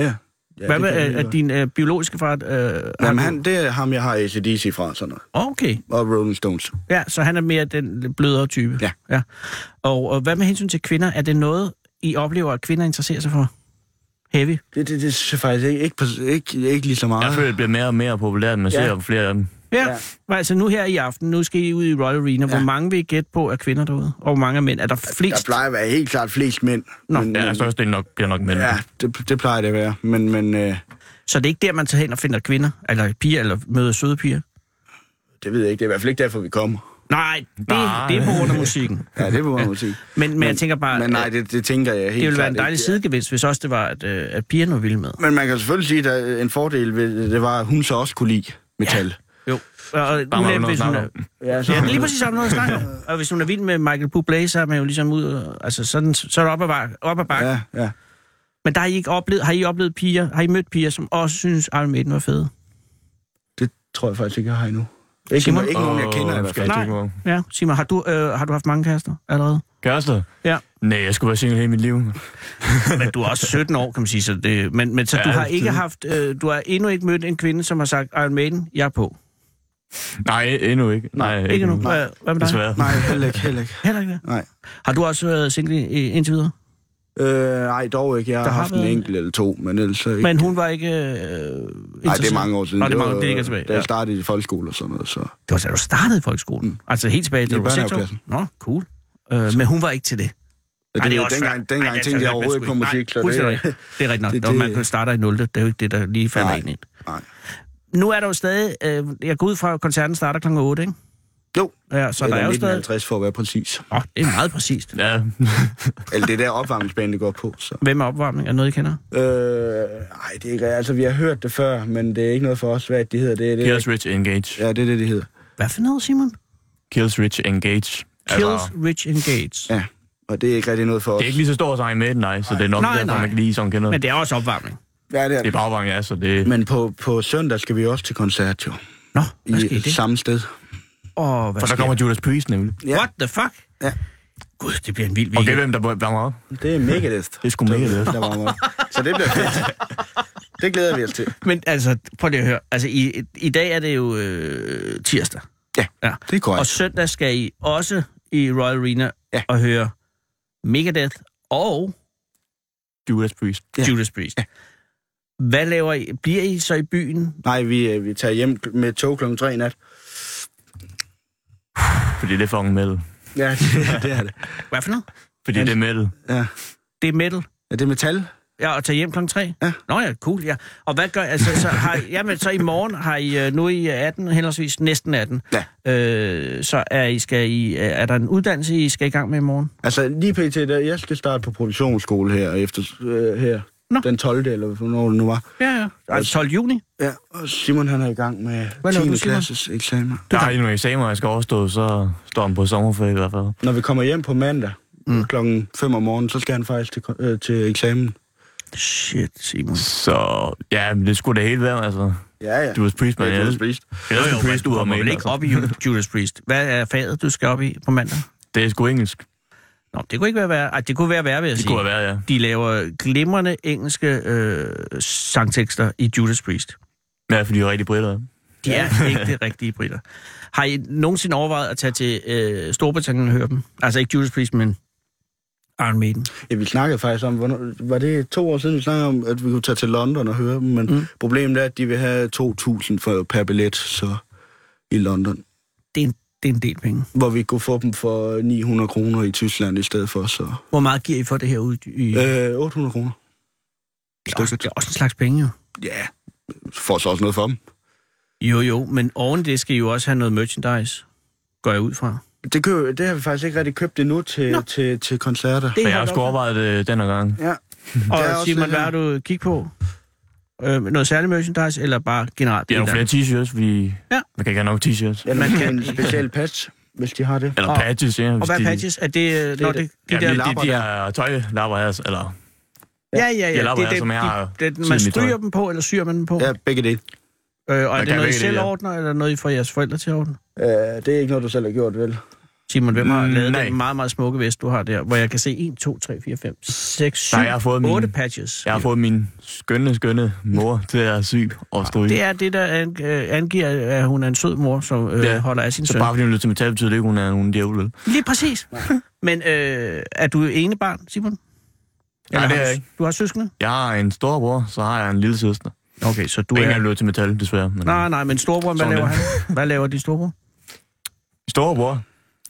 S5: Hvad med din biologiske far?
S6: Jamen, det er ham, jeg har AC/DC fra, sådan noget.
S5: Okay.
S6: Og Rolling Stones.
S5: Ja, så han er mere den blødere type. Ja. Og hvad med hensyn til kvinder? Er det noget, I oplever, at kvinder interesserer sig for? Heavy?
S6: Det synes jeg faktisk ikke lige så meget.
S7: Jeg føler, det bliver mere og mere populært, man ser flere af dem.
S5: Ja, altså nu her i aften, nu skal I ud i Royal Arena. Hvor mange vil I gætte på af kvinder derude? Og hvor mange af mænd? Er der flest?
S6: Der plejer at være helt klart flest mænd.
S7: Så det bliver nok mænd.
S6: Ja, det plejer det at være. Men
S5: så det er ikke der, man tager hen og finder kvinder? Eller piger, eller møder søde piger?
S6: Det ved jeg ikke. Det er i hvert fald ikke derfor, vi kommer.
S5: Nej, det er på grund af musikken.
S6: Ja, det er på grund af musikken.
S5: Men jeg tænker bare...
S6: Men nej, det tænker jeg helt
S5: det ville være en dejlig sidegevinst, hvis også det var, at pigerne var vilde med.
S6: Men man kan selvfølgelig sige, at en fordel ved det var, at hun så også kunne lide metal.
S5: Ja. Jo. Og hvis hun er lige præcis sammen noget at snakke om. Og hvis hun er vild med Michael Bublé, så er man jo ligesom ud... Altså, så er det op ad bakke.
S6: Ja.
S5: Men der har I oplevet piger, har I mødt piger, som også synes, at Iron Maiden var fede?
S6: Det tror jeg faktisk ikke, jeg har endnu. Ikke nogen, jeg kender i hvert fald.
S5: Nej. Ja, Simon, har du haft mange kærester allerede?
S7: Kærester?
S5: Ja.
S7: Nej, jeg skulle være single hele mit liv.
S5: Men du er også 17 år, kan man sige. Så det, men så du har ikke haft... du har endnu ikke mødt en kvinde, som har sagt, Iron Maiden, jeg er på.
S7: Nej, endnu ikke. Nej,
S5: ikke nu. Hvad med dig?
S7: Desværre.
S6: Nej, heller ikke.
S5: Heller ikke?
S6: Nej.
S5: Har du også været single indtil videre?
S6: Nej, dog ikke. Jeg har haft en enkelt eller to, men ellers ikke.
S5: Men hun var ikke
S6: nej, det er mange år siden.
S5: Nå, det er ikke tilbage.
S6: Da jeg startede i folkeskole og sådan noget, så...
S5: Det var da du startede i folkeskolen? Altså helt tilbage til du var 6 år? Nå, cool. Men hun var ikke til det?
S6: Ja, det var dengang tænkte jeg overhovedet ikke på musik, så det er
S5: rigtigt nok. Når man starter i 0, det er jo ikke det, der lige falder ind i.
S6: Nej.
S5: Nu er der jo stadig... jeg går ud fra, at koncerten starter kl. 8, ikke?
S6: Jo.
S5: Ja, så der er jo stadig...
S6: 50 for at være præcis.
S5: Det er meget præcist.
S7: Ja.
S6: Eller det der opvarmningsbane, det går på, så...
S5: Hvem er opvarmning? Er noget, I kender?
S6: Nej, det er ikke... Altså, vi har hørt det før, men det er ikke noget for os, hvad de hedder. Det
S7: Killswitch Engage.
S6: Ja, det er det, de hedder.
S5: Hvad for noget, Simon?
S7: Killswitch Engage.
S5: Killswitch Engage.
S6: Ja, og det er ikke rigtig noget for os.
S7: Det er ikke lige så stort som Iron Maiden, nej, så det er nok derfor, man ikke lige sådan kender.
S5: Men det er også opvarmning.
S6: Ja, det er
S7: det. I Brabrand, ja, så det...
S6: Men på søndag skal vi også til koncert, jo.
S5: Nå, hvad skal I
S6: det? Samme sted.
S7: For der kommer Judas Priest, nemlig.
S5: Ja. What the fuck?
S6: Ja.
S5: Gud, det bliver en vild weekend.
S7: Og det er hvem, der varmer op?
S6: Det er Megadeth.
S7: Det er sgu Megadeth.
S6: Der varmer op. Så det bliver fedt. Det glæder vi os til.
S5: Men altså, prøv lige at høre. Altså, i dag er det jo tirsdag.
S6: Ja, det er korrekt.
S5: Og søndag skal I også i Royal Arena og høre Megadeth og...
S7: Judas Priest.
S5: Ja. Judas Priest. Ja. Hvad laver I? Bliver I så i byen?
S6: Nej, vi tager hjem med tog kl. 3 i nat.
S7: Fordi det er fucking metal.
S6: Ja, det er det.
S5: Hvad for noget?
S7: Fordi det er metal.
S6: Ja.
S5: Det er metal?
S6: Ja, det er metal.
S5: Ja, og tage hjem kl. 3?
S6: Ja.
S5: Nå ja, cool, ja. Og hvad gør altså, så i morgen har I, nu i 18, henholdsvis næsten 18, så er der en uddannelse, I skal i gang med i morgen?
S6: Altså lige pt. Jeg skal starte på produktionsskole her, efter den 12. eller hvornår det nu var.
S5: Ja. Altså 12. juni?
S6: Ja, og Simon han er i gang med 10. klasses eksamen.
S7: Der er nogle eksamener, jeg skal overstå, så står han på sommerferie i hvert fald.
S6: Når vi kommer hjem på mandag klokken 5 om morgenen, så skal han faktisk til eksamen.
S5: Shit, Simon.
S7: Så ja, men det skulle det hele være, altså.
S6: Ja.
S7: Judas Priest, man.
S6: Judas Priest.
S5: Du kommer vel ikke op i Judas Priest. Hvad er faget, du skal op i på mandag?
S7: Det er sgu engelsk.
S5: Nå, det kunne ikke være det kunne være værre, vil jeg sige.
S7: Det kunne være, ja.
S5: De laver glimrende engelske sangtekster i Judas Priest.
S7: Ja, for de er rigtig britter.
S5: De er ikke de rigtige britter. Har I nogensinde overvejet at tage til Storbritannien og høre dem? Altså ikke Judas Priest, men Iron Maiden.
S6: Ja, vi snakkede faktisk om, var det 2 år siden, vi snakkede om, at vi kunne tage til London og høre dem, men problemet er, at de vil have 2.000 per billet, så i London.
S5: Det er en del penge.
S6: Hvor vi kunne få dem for 900 kroner i Tyskland i stedet for, så...
S5: Hvor meget giver I for det her ud i...
S6: 800 kroner.
S5: Det er også en slags penge, jo.
S6: Ja, får så også noget for dem.
S5: Jo, men oven det skal I jo også have noget merchandise, går jeg ud fra.
S6: Det har vi faktisk ikke rigtig købt endnu til koncerter.
S7: Jeg har sgu overvejet det denne gang.
S6: Ja.
S5: Og Simon, hvad har du kigget på? Noget særligt merchandise, eller bare generelt?
S7: Det er nogle flere t-shirts, fordi man kan ikke have nok t-shirts.
S6: Ja, man kan en speciel patch, hvis de har det.
S7: Eller patches, ja.
S5: Og hvad er patches? Er det
S7: de der lapper? De her tøjlapper her, eller...
S5: Ja.
S7: De lapper her, som jeg har...
S5: Man stryger dem på, eller syr man dem på?
S6: Ja, begge dele.
S5: Og er det noget, I selv ordner, eller noget, I får jeres forældre til at ordne?
S6: Det er ikke noget, du selv har gjort, vel?
S5: Simon, hvem har lavet den meget, meget smukke vest, du har der, hvor jeg kan se 1, 2, 3, 4, 5, 6, 7, 8 patches.
S7: Jeg har fået min skønne mor til at sy og stryge.
S5: Det er det, der angiver, at hun er en sød mor, som holder af sin søn.
S7: Så bare fordi hun lytter til metal, betyder det ikke, hun er nogen djævel.
S5: Lige præcis. Men er du ene barn, Simon?
S7: Nej, det er jeg ikke.
S5: Du har søskende?
S7: Jeg har en storebror, så har jeg en lille søster.
S5: Okay, så du
S7: er... Ingen lytter til metal, desværre. Men...
S5: Nej, men storebror, hvad laver han? Hvad laver de storebror?
S7: Storebror?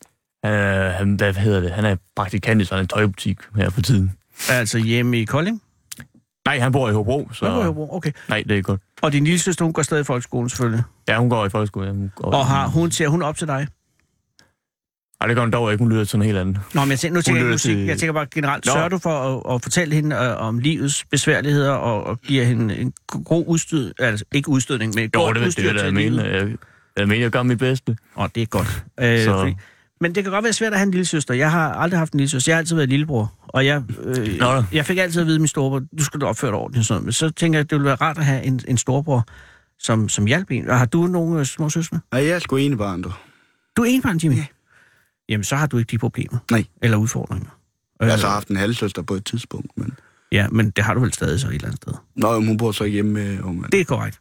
S7: Hvad hedder det? Han er praktikant i sådan en tøjbutik her for tiden.
S5: Altså hjemme i Kolding?
S7: Nej, han bor i Hobro. Så...
S5: Han bor i Hobro, okay.
S7: Nej, det er godt.
S5: Og din lille søster, hun går stadig i folkeskolen, selvfølgelig?
S7: Ja, hun går i folkeskolen.
S5: Ser hun op til dig?
S7: Nej, det gør hun dog ikke. Hun lyder sådan helt andet.
S5: Nå, men nu tænker jeg musik. Jeg tænker bare generelt, sørger du for at fortælle hende om livets besværligheder og giver hende en god udstød, altså ikke udstødning, men god udstyr til livet?
S7: Jeg mener, jeg gør mit bedste.
S5: Det er godt. Men det kan godt være svært at have en lille søster. Jeg har aldrig haft en lille søster. Jeg har altid været lillebror. Og jeg fik altid at vide min storebror, du skal da opføre dig ordentligt. Sådan. Men så tænker jeg, at det ville være rart at have en storebror, som hjælper en. Har du nogle små søskende?
S6: Nej, jeg er sgu enebarn, du.
S5: Du er enebarn, Jimmy? Ja. Jamen, så har du ikke de problemer.
S6: Nej.
S5: Eller udfordringer.
S6: Jeg har så haft en halvsøster på et tidspunkt, men...
S5: Ja, men det har du vel stadig så et eller andet sted?
S6: Nå, hun bor så hjemme med...
S5: Det er korrekt.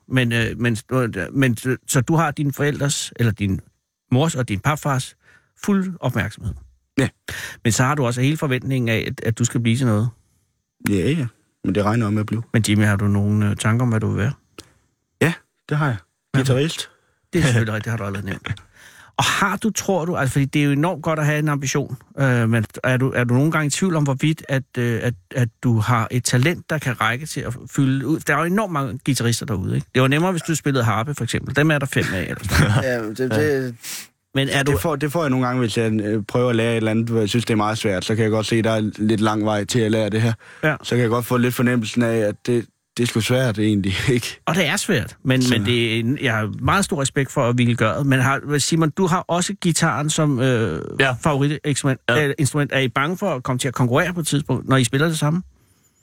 S5: Men så du har dine forældres, eller din mors og din papfars fuld opmærksomhed?
S6: Ja.
S5: Men så har du også hele forventningen af, at du skal blive til noget?
S6: Ja. Men det regner om at blive.
S5: Men Jimmy, har du nogle tanker om, hvad du vil være?
S6: Ja, det har jeg. Guitarist.
S5: Det er selvfølgelig rigtigt, det har du aldrig nævnt. Og tror du, altså fordi det er jo enormt godt at have en ambition, men er du nogle gange i tvivl om, hvorvidt, at du har et talent, der kan række til at fylde ud? Der er jo enormt mange guitarister derude, ikke? Det var nemmere, hvis du spillede harpe, for eksempel. Dem er der 5 af, eller sådan.
S6: Ja, men det får jeg nogle gange, hvis jeg prøver at lære et eller andet, hvor jeg synes, det er meget svært, så kan jeg godt se, at der er lidt lang vej til at lære det her. Ja. Så kan jeg godt få lidt fornemmelsen af, at det er sgu svært egentlig, ikke? Og
S5: det er svært, men jeg har meget stor respekt for at ville gøre det. Men Simon, du har også gitaren som favoritinstrument. Ja. Er I bange for at komme til at konkurrere på et tidspunkt, når I spiller det samme?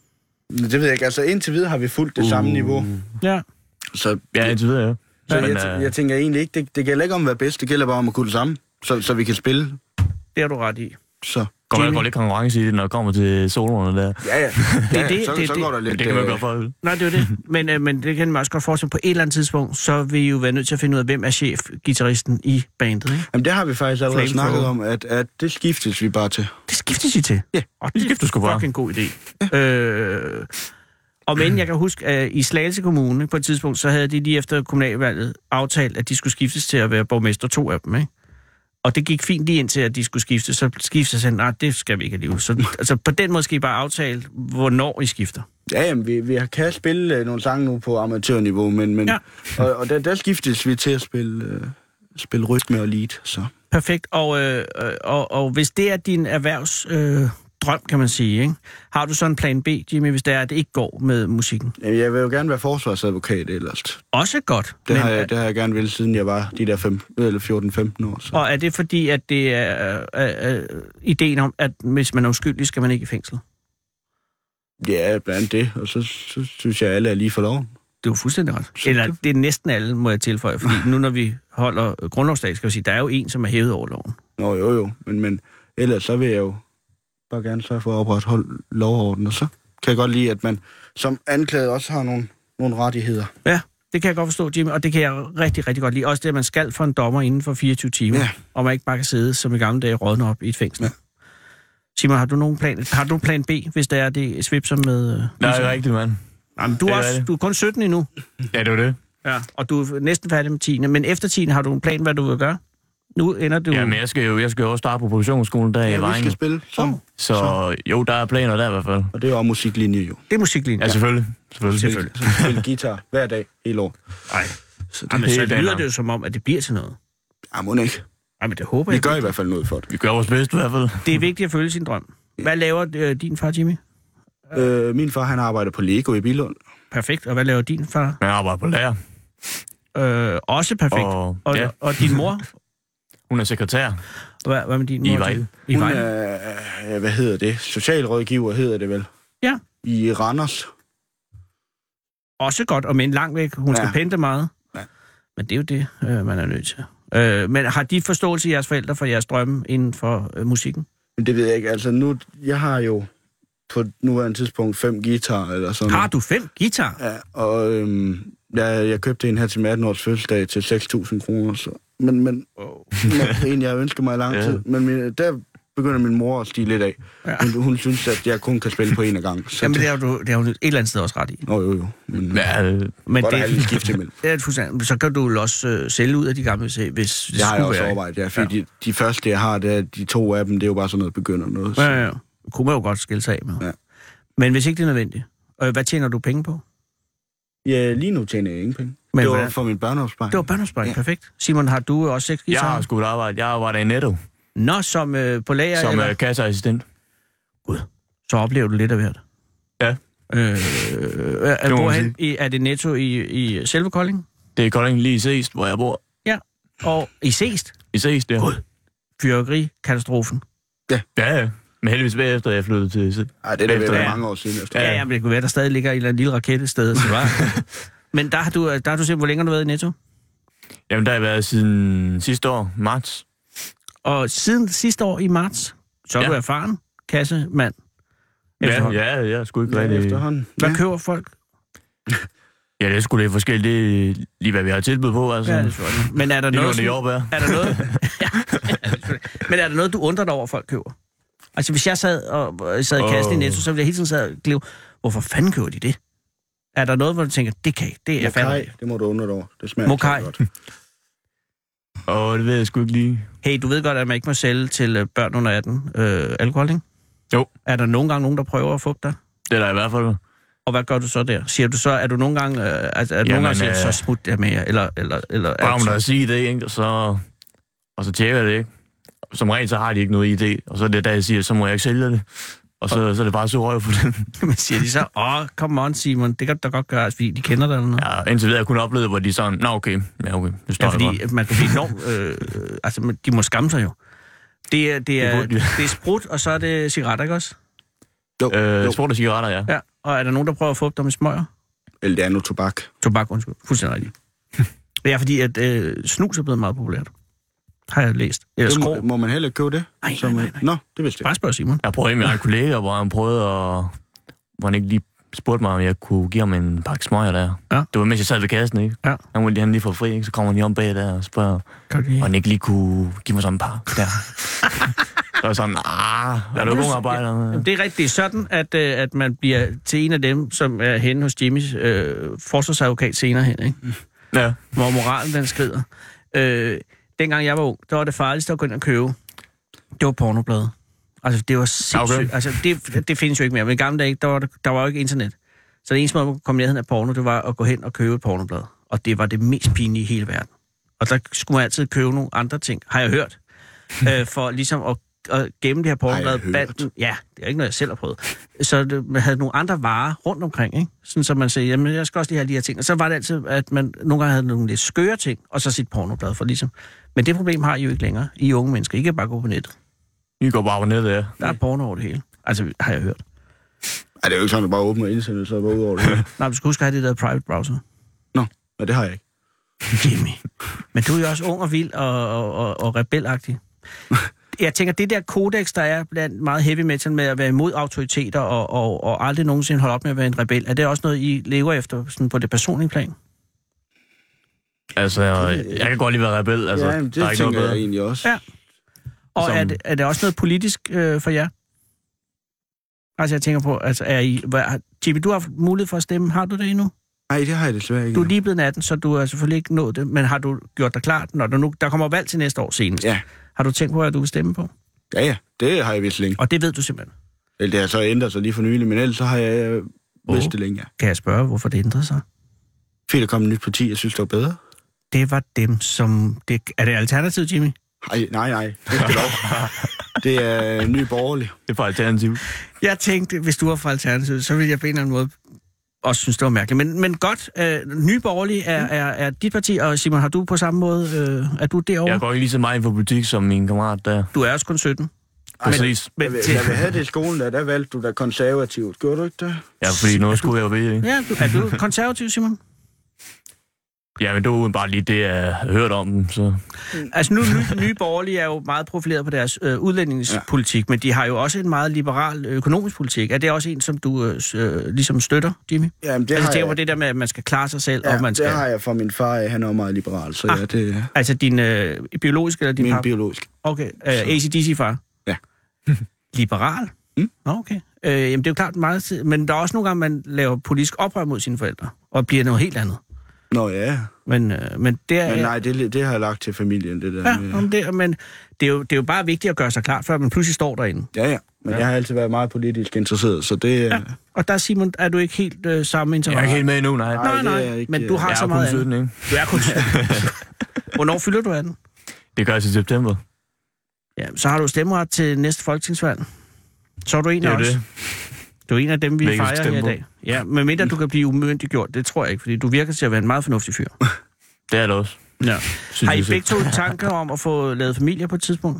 S6: Det ved jeg ikke. Altså indtil videre har vi fulgt det samme niveau.
S5: Ja.
S6: Så,
S7: ja, indtil videre, ja.
S6: Så jeg tænker egentlig ikke, det gælder ikke om at være bedst, det gælder bare om at kunne det samme, så vi kan spille.
S5: Det har du ret i.
S6: Så.
S7: Går lidt konkurrence i det, når det kommer til soloerne der.
S6: Ja. Så går der lidt...
S7: Det kan man godt for.
S5: Nej, det er det. Men det kan man også godt forestille på et eller andet tidspunkt, så vil I jo være nødt til at finde ud af, hvem er chef-gitarristen i bandet, ikke?
S6: Jamen, det har vi faktisk allerede snakket om, at det skiftes vi bare til.
S5: Det skiftes I til?
S6: Ja.
S5: Og det skiftes sgu bare. Det er fucking god idé. Ja. Og men jeg kan huske, at i Slagelse Kommune på et tidspunkt, så havde de lige efter kommunalvalget aftalt, at de skulle skiftes til at være borgmester 2 af dem, ikke? Og det gik fint lige indtil, at de skulle skifte. Så skiftede sig, nej, det skal vi ikke alligevel. Så altså, på den måde skal I bare aftale, hvornår I skifter.
S6: Ja, jamen, vi kan spille nogle sange nu på amatørniveau, men ja. og der skiftes vi til at spille rytme og lead. Så.
S5: Perfekt. Og hvis det er din erhvervsdrøm, kan man sige, ikke? Har du så en plan B, Jimmy, hvis det er, at det ikke går med musikken?
S6: Jeg vil jo gerne være forsvarsadvokat ellers.
S5: Også godt.
S6: Det har jeg gerne ville, siden jeg var de der 14-15 år. Så.
S5: Og er det fordi, at det er ideen om, at hvis man er uskyldig, skal man ikke i fængsel?
S6: Ja, blandt andet det. Og så synes jeg, at alle er lige for loven.
S5: Det er jo fuldstændig ret. Eller det er næsten alle, må jeg tilføje. Fordi nu, når vi holder grundlovsdag, skal vi sige, der er jo en, som er hævet over loven.
S6: Nå, jo. Men ellers så vil jeg jo bare gerne sørge for at opretholde lovorden. Og så kan jeg godt lide, at man som anklaget også har nogle rettigheder. Ja,
S5: det kan jeg godt forstå, Jimmy. Og det kan jeg rigtig, rigtig godt lide. Også det, at man skal for en dommer inden for 24 timer. Ja. Og man ikke bare kan sidde som i gamle dage rådne op i et fængsel. Ja. Simon, har du plan B, hvis det er det svipser med...
S7: Nej, det er rigtigt, mand.
S5: Jamen, du er kun 17 endnu.
S7: Ja, det var det.
S5: Ja, og du er næsten færdig med 10. Men efter 10 har du en plan, hvad du vil gøre? Nu ender du...
S7: Jamen, jeg skal jo også starte på produktionsskolen der i Vejen.
S6: Vi skal spille.
S7: Så jo, der er planer der i hvert fald.
S6: Og det er jo musiklinje, jo.
S5: Det er musiklinje.
S7: Ja, selvfølgelig.
S6: Så spille guitar hver dag, hele år.
S5: Nej. Så lyder det jo som om, at det bliver til noget.
S6: Ja, må ikke.
S5: Ej, men det håber
S6: jeg. Vi gør i hvert fald noget for det.
S7: Vi gør vores bedste i hvert fald.
S5: Det er vigtigt at følge sin drøm. Hvad laver din far, Jimmy?
S6: Min far, han arbejder på Lego i Billund.
S5: Perfekt. Og hvad laver din far?
S7: Han arbejder på lærer.
S5: Også perfekt. Og din mor?
S7: Hun er sekretær.
S5: Hvad med din mor?
S7: I Vejle.
S6: Hun er, hvad hedder det? Socialrådgiver hedder det vel?
S5: Ja.
S6: I Randers.
S5: Også godt, og men langt væk. Hun skal pendle meget. Ja. Men det er jo det, man er nødt til. Men har de forståelse i jeres forældre for jeres drømme inden for musikken?
S6: Det ved jeg ikke. Altså jeg har jo på nuværende tidspunkt 5 guitarer eller sådan.
S5: Har du 5 guitarer?
S6: Ja, og jeg købte en her til min 18-års fødselsdag til 6.000 kroner. Så. Men en, jeg ønsker mig i lang tid. Men der begynder min mor at stige lidt af. Ja. Hun synes, at jeg kun kan spille på en af gangen.
S5: Jamen, det har hun et eller andet sted også ret i.
S6: Jo. Men det er skifte imellem.
S5: Så kan du jo også sælge ud af de gamle, hvis det
S6: har jeg også overvejet, ja. Fordi de første, jeg har, de 2 af dem, det er jo bare sådan noget begynder noget. Så.
S5: Ja. Det kunne man jo godt skille sig af med. Ja. Men hvis ikke det er nødvendigt, hvad tjener du penge på?
S6: Ja, lige nu tjener jeg ingen penge. Men det var for min børneopsparing.
S5: Det var børneopsparing, perfekt. Simon, har du også 6 guitarer?
S7: Jeg har sgu arbejde. Jeg arbejder i Netto.
S5: Nå, som på lager?
S7: Som kasseassistent.
S5: Gud, så oplever du lidt af hvert.
S7: Ja.
S5: Er det Netto i selve Kolding?
S7: Det er Kolding lige i Seest, hvor jeg bor.
S5: Ja, og i Seest?
S7: I Seest, ja.
S5: Gud, fyrværkerikatastrofen.
S7: Ja. Men heldigvis bagefter, jeg flyttede til...
S6: Ej, det er da mange år siden efter.
S5: Ja, men det kunne være, der stadig ligger en eller anden lille raket et sted. Så var. Men der har du set, hvor længe har du været i Netto?
S7: Jamen, der har jeg været siden sidste år, marts.
S5: Og siden sidste år i marts, så er du erfaren kassemand?
S7: Ja, jeg skulle ikke rigtig...
S6: Efterhånden.
S5: Hvad køber folk?
S7: Ja, det er sgu lidt forskelligt. Lige hvad vi har tilbud på, altså.
S5: Ja, det er men er der noget...
S7: Er der noget?
S5: Men er der noget, du undrer dig over, folk køber? Altså, hvis jeg sad i kassen i Netto, så ville jeg hele tiden sidde og gleve, hvorfor fanden køber de det? Er der noget, hvor du tænker, det er fandme?
S6: Det må du undre dig over. Det smager
S5: Mokai.
S6: Godt.
S7: Det ved jeg sgu ikke lige.
S5: Hey, du ved godt, at man ikke må sælge til børn under 18 alkohol, ikke?
S7: Jo.
S5: Er der nogle gange nogen, der prøver at fuppe dig?
S7: Det er der i hvert fald.
S5: Og hvad gør du så der? Siger du så, er du nogle gange, siger, så smut der med jer, eller
S7: bare om at sige det, ikke? Og så tjekker jeg det, ikke? Som regel, så har de ikke noget idé, og så er det der, jeg siger, så må jeg ikke sælge det. Og så er det bare så røv for den.
S5: Men siger de så, come on, Simon, det kan da godt gøre, fordi de kender dig eller noget?
S7: Ja, indtil videre, jeg kunne opleve, hvor de sådan, okay, det står
S5: fordi man kan blive enormt, altså, de må skamme sig jo. Det er sprut, og så er det cigaretter, ikke også?
S7: Jo. Sprut og cigaretter, ja.
S5: Og er der nogen, der prøver at få dem med smøger?
S6: Eller det er nu tobak.
S5: Tobak, undskyld. Fuldstændig rigtigt. Det er fordi, at snus er blevet meget populært. Har jeg læst. Eller
S6: må man heller købe det?
S5: Nej.
S6: Nå, det vidste jeg.
S5: Bare spørg Simon.
S7: Jeg prøvede med en kollega, hvor han prøvede at... Hvor han ikke lige spurgte mig, om jeg kunne give ham en pakke smøger der. Ja. Det var mens jeg sad ved kassen, ikke? Ja. Han ville lige få fri, ikke? Så kommer han lige om bag der og spørger, om han ikke lige kunne give mig sådan en pakke der. Så var sådan, er du god arbejder?
S5: Det er rigtigt. Det er sådan, at man bliver til en af dem, som er henne hos Jimmys forsvarsadvokat senere hen, ikke?
S7: Ja.
S5: Hvor moralen den skrider. Dengang jeg var ung, der var det farligste at gå ind og købe. Det var pornoblade. Altså, det var sindssygt. Okay. Altså, det findes jo ikke mere. Men i gamle dage, der var jo ikke internet. Så det eneste måde, man kunne komme ned af porno, det var at gå hen og købe et pornoblad. Og det var det mest pinlige i hele verden. Og der skulle man altid købe nogle andre ting, har jeg hørt. For ligesom at gemme det her pornoblad. Ja, det er ikke noget, jeg selv har prøvet. Så man havde nogle andre varer rundt omkring, ikke? Sådan, så man sagde, jamen, jeg skal også lige have de her ting. Og så var det altid, at man nogle gange havde nogle lidt skøre ting, og så sit pornoblad for ligesom. Men det problem har I jo ikke længere. I unge mennesker. I kan bare gå på nettet.
S7: I går bare på nettet, ja.
S5: Der er porno over det hele. Altså, har jeg hørt.
S6: Ej, det er jo ikke sådan, at du bare åbner internet, så er det bare ud over det hele.
S5: Nej, du skal huske at have det der private browser.
S6: Nå, det har jeg ikke.
S5: Jimmy. Men du er jo også ung og vild og rebelagtig. Jeg tænker, det der kodex, der er blandt meget heavy metal med at være imod autoriteter og aldrig nogensinde holde op med at være en rebel, er det også noget, I lever efter sådan på det personlige plan?
S7: Altså, jeg kan godt lige være rebel. Altså,
S6: ja, det der er ikke tænker jeg egentlig også.
S5: Ja. Og er det også noget politisk for jer? Altså, jeg tænker på, altså, Jimmy, du har haft mulighed for at stemme. Har du det endnu?
S6: Nej, det har jeg desværre ikke.
S5: Du er lige blevet 18, så du har selvfølgelig ikke nået det, men har du gjort dig klart, når der kommer valg til næste år senest?
S6: Ja.
S5: Har du tænkt på, at du vil stemme på?
S6: Ja, det har jeg vist længe.
S5: Og det ved du simpelthen?
S6: Det har så ændret sig lige for nylig, men ellers så har jeg vidst det længe, ja.
S5: Kan jeg spørge, hvorfor det ændrede sig?
S6: Fordi der kom et nyt parti, jeg synes, det var bedre.
S5: Det var dem, som... Er det Alternativet, Jimmy?
S6: Nej. Det er Nye Borgerlige.
S7: Det er fra Alternativet.
S5: Jeg tænkte, hvis du var fra Alternativet, så ville jeg på en eller anden måde også synes, det var mærkeligt. Men godt, Nye Borgerlige er dit parti, og Simon, har du på samme måde... er du derovre?
S7: Jeg går ikke lige så meget for politik som min kammerat der.
S5: Du er også kun 17.
S7: Præcis.
S6: Men jeg vil have det i skolen, der valgte du da konservativt. Gjorde du ikke det?
S7: Ja, fordi noget skulle jeg jo ved, ikke?
S5: Ja, er du konservativ, Simon?
S7: Ja, men det var bare lige det, jeg har hørt om dem, så...
S5: Altså nu, Nye Borgerlige er jo meget profileret på deres udlændingspolitik, men de har jo også en meget liberal økonomisk politik. Er det også en, som du ligesom støtter, Jimmy?
S6: Jamen, det
S5: altså,
S6: har
S5: tænker på det der med, at man skal klare sig selv, og man skal...
S6: det har jeg fra min far, han er meget liberal, så ja, det...
S5: Altså din biologiske eller din
S6: min
S5: far?
S6: Biologisk.
S5: Okay, AC/DC-far?
S6: Ja.
S5: Liberal? Okay. Jamen, det er jo klart meget tid, men der er også nogle gange, man laver politisk oprør mod sine forældre, og bliver noget helt andet.
S6: Nå ja.
S5: Men det er...
S6: Men nej, det har jeg lagt til familien, det der.
S5: Ja, men det er jo bare vigtigt at gøre sig klart, før man pludselig står derinde.
S6: Ja. Men jeg har altid været meget politisk interesseret, så det... Ja.
S5: Og der, Simon, er du ikke helt samme interesse?
S7: Jeg er ikke helt med endnu, nej.
S5: Nej, men du har så meget andet.
S7: 17, ikke?
S5: Du er kun 17. Hvornår fylder du 18?
S7: Det gør jeg til september.
S5: Ja, så har du stemmeret til næste folketingsvalg. Så er du en af os. Du er en af dem, vi fejrer her i dag. Ja, men mindre du kan blive umyndiggjort, det tror jeg ikke, fordi du virker til at være en meget fornuftig fyr.
S7: Det er det også.
S5: Ja. Har I begge to tanker om at få lavet familie på et tidspunkt?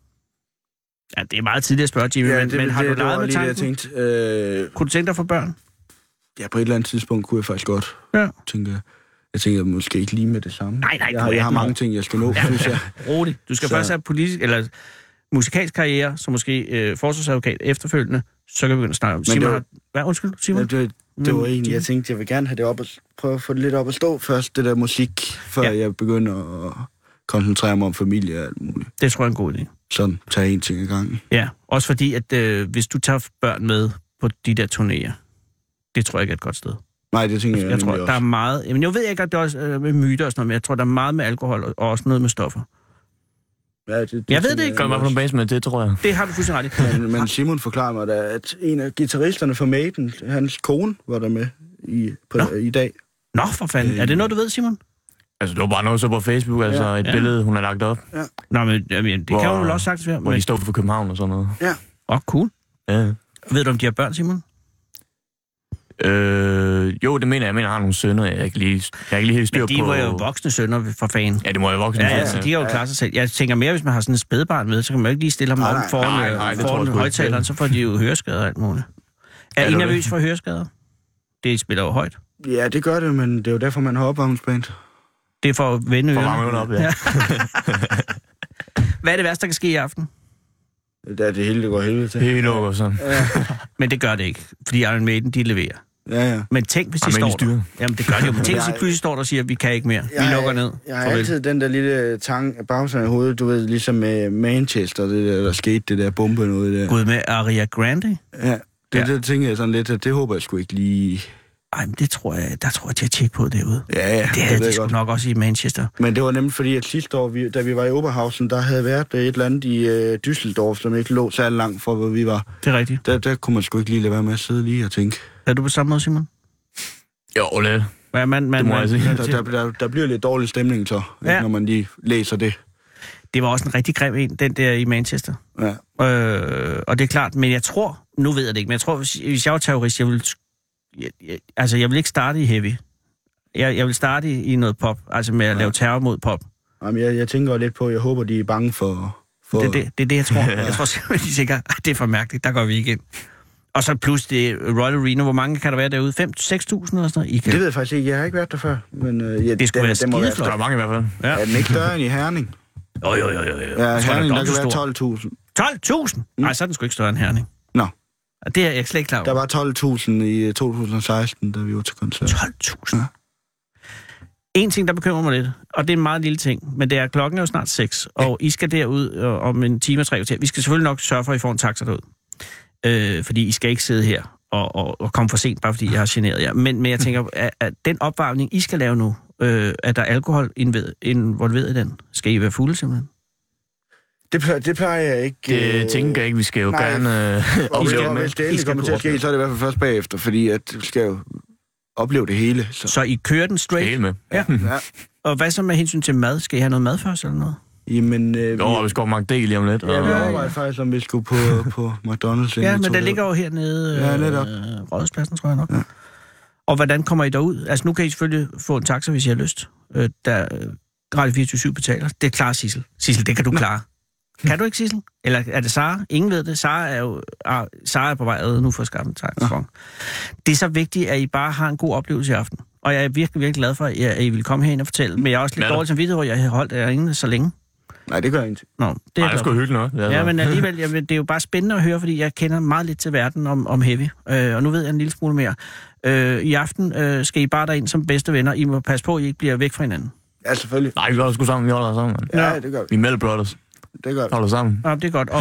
S5: Ja, det er meget tidligt at spørge, Jimmy, men har du leget med tanken? Kunne du tænke dig for børn?
S6: Ja, på et eller andet tidspunkt kunne jeg faktisk godt.
S5: Ja.
S6: Jeg tænker måske ikke lige med det samme.
S5: Nej,
S6: jeg har mange ting, jeg skal nå, synes jeg.
S5: Roligt. Du skal først have politisk, eller musikalsk karriere, som måske forsvarsadvokat efterfølgende, så kan vi begynde at snakke om. Simon, undskyld, Simon?
S6: Ja, det var egentlig, jeg tænkte, jeg vil gerne have det op og prøve at få det lidt op at stå først, det der musik, før jeg begynder at koncentrere mig om familie og alt muligt.
S5: Det tror jeg er en god idé.
S6: Sådan, tage en ting ad gangen.
S5: Ja, også fordi, at hvis du tager børn med på de der turnéer, det tror jeg ikke er et godt sted.
S6: Nej, det tænker jeg
S5: tror,
S6: også.
S5: Der er meget... Men jeg ved ikke, at det også er med myter og sådan noget, men jeg tror, der er meget med alkohol og også noget med stoffer.
S6: Ja, det
S5: jeg ved det ikke.
S7: Gør mig på en base med det, tror jeg.
S5: Det har du fuldstændig ret i.
S6: Men Simon forklarer mig da, at en af guitaristerne fra Maiden, hans kone, var der med i dag.
S5: Nå, for fanden. Er det noget, du ved, Simon?
S7: Altså, det var bare noget så på Facebook, altså et billede, hun har lagt op.
S6: Ja.
S5: Nå, men det kan hun vel også sagtens være.
S7: Hvor de står for København og sådan noget.
S6: Ja.
S5: Cool.
S7: Ja.
S5: Ved du, om de har børn, Simon?
S7: Jo, det mener jeg. Jeg mener, jeg har nogle sønner. Jeg er ikke lige helt styr på...
S5: Men de var jo voksne sønner for fanden.
S7: Ja, det må jo voksne.
S5: Ja, altså, de har jo klaret sig selv. Jeg tænker mere, hvis man har sådan et spædbarn med, så kan man jo ikke lige stille ham op foran højtaleren, så får de jo høreskader og alt muligt. Er I nervøs for høreskader? Det spiller jo højt.
S6: Ja, det gør det, men det er jo derfor, man har opvarmningsband.
S5: Det er for at vende ørerne.
S7: For varme op, ja.
S5: Hvad er det værste, der kan ske i aften?
S6: Det er det hele, det går helvede til.
S7: Helt lukker sådan.
S6: Ja.
S5: Men det gør det ikke, fordi Iron Maiden, de leverer.
S6: Ja.
S5: Men tænk, hvis de står der. Jamen, det gør det jo. Men tænk, hvis de pludselig står der og siger, at vi kan ikke mere. Vi lukker ned.
S6: Jeg har altid den der lille bagsen i hovedet, du ved, ligesom med Manchester, det der skete, det der bombe noget der.
S5: Gud med Aria Grande?
S6: Ja, det tænker jeg sådan lidt, at det håber jeg sgu ikke lige...
S5: Ej, men der tror jeg, de har tjekket på derude.
S6: Ja.
S5: Det havde de sgu nok også i Manchester.
S6: Men det var nemlig fordi, at sidste år, da vi var i Oberhausen, der havde været et eller andet i Düsseldorf, som ikke lå særlig langt fra, hvor vi var.
S5: Det er rigtigt.
S6: Der kunne man sgu ikke lige lade være med at sidde lige og tænke.
S5: Er du på samme måde, Simon?
S7: Jo, lidt.
S5: Ja,
S7: det må jeg sige.
S6: Der bliver lidt dårlig stemning så, når man lige læser det.
S5: Det var også en rigtig grim en, den der i Manchester.
S6: Ja.
S5: Og det er klart, men jeg tror, nu ved jeg det ikke, men jeg tror, hvis jeg var terrorist, jeg vil ikke starte i heavy. Jeg vil starte i noget pop, altså med at lave terror mod pop.
S6: Jamen, jeg tænker lidt på, jeg håber, de er bange for...
S5: Det er det, jeg tror. Jeg tror simpelthen, de tænker, det er for mærkeligt, der går vi ikke ind. Og så plus det Royal Arena, hvor mange kan der være derude? 5-6.000 eller sådan noget?
S6: Det ved jeg faktisk ikke, jeg har ikke været der før. Men,
S5: det skulle være skideflot.
S7: Der er mange i hvert fald.
S6: Ja. Er den ikke større end i Herning?
S5: Jo.
S6: Ja, Herning, der kan være 12.000.
S5: 12.000? Nej, så er den sgu ikke større end Herning.
S6: Nå.
S5: Det er jeg slet ikke klar over.
S6: Der var 12.000 i 2016, da vi var til koncert.
S5: 12.000? Ja. En ting, der bekymrer mig lidt, og det er en meget lille ting, men det er, klokken er jo snart 6, og I skal derud om en time og 3 kvarter. Vi skal selvfølgelig nok sørge for, at I får en taxa derud. Fordi I skal ikke sidde her og komme for sent, bare fordi jeg har generet jer. Men jeg tænker, at den opvarmning, I skal lave nu, er der alkohol involveret i den? Skal I være fulde simpelthen?
S6: Det plejer jeg ikke.
S7: Det tænker jeg ikke, vi skal jo gerne opleve.
S6: Hvis det endelig kommer til at ske, så er det i hvert fald først bagefter, fordi at vi skal jo opleve det hele.
S5: Så I kører den straight?
S7: Hele med.
S5: Ja. Og hvad så med hensyn til mad? Skal I have noget mad først eller noget?
S6: Jamen...
S7: vi skal over McD lige om lidt.
S6: Ja, vi overvejer faktisk, om vi skulle på McDonald's.
S5: Ja, men der ligger jo hernede Rådhuspladsen, tror jeg nok. Ja. Og hvordan kommer I derud? Altså, nu kan I selvfølgelig få en taxa, hvis I har lyst. Der Radio 24/7 betaler. Det klarer Sissel. Sissel, det kan du klare. Kan du ikke, Sissel? Eller er det Sara? Ingen ved det. Sara er på vej nu for at skaffe en taxa. Det er så vigtigt, at I bare har en god oplevelse i aften. Og jeg er virkelig, virkelig glad for, at I vil komme herind og fortælle. Men jeg er også lidt dårlig som videre, hvor jeg har holdt derinde så længe.
S6: Nej, det gør jeg ikke.
S5: Nå, det
S7: er sgu hyggeligt noget.
S5: Ja, men alligevel, det er jo bare spændende at høre, fordi jeg kender meget lidt til verden om heavy. Og nu ved jeg en lille smule mere. I aften skal I bare derind som bedste venner. I må passe på, at I ikke bliver væk fra hinanden.
S6: Ja, selvfølgelig.
S7: Nej, vi holder sgu sammen. Vi holder sammen.
S6: Ja, det gør vi.
S7: Vi er Mel Brothers.
S6: Det gør vi.
S7: Holder sammen.
S5: Ja, det er godt.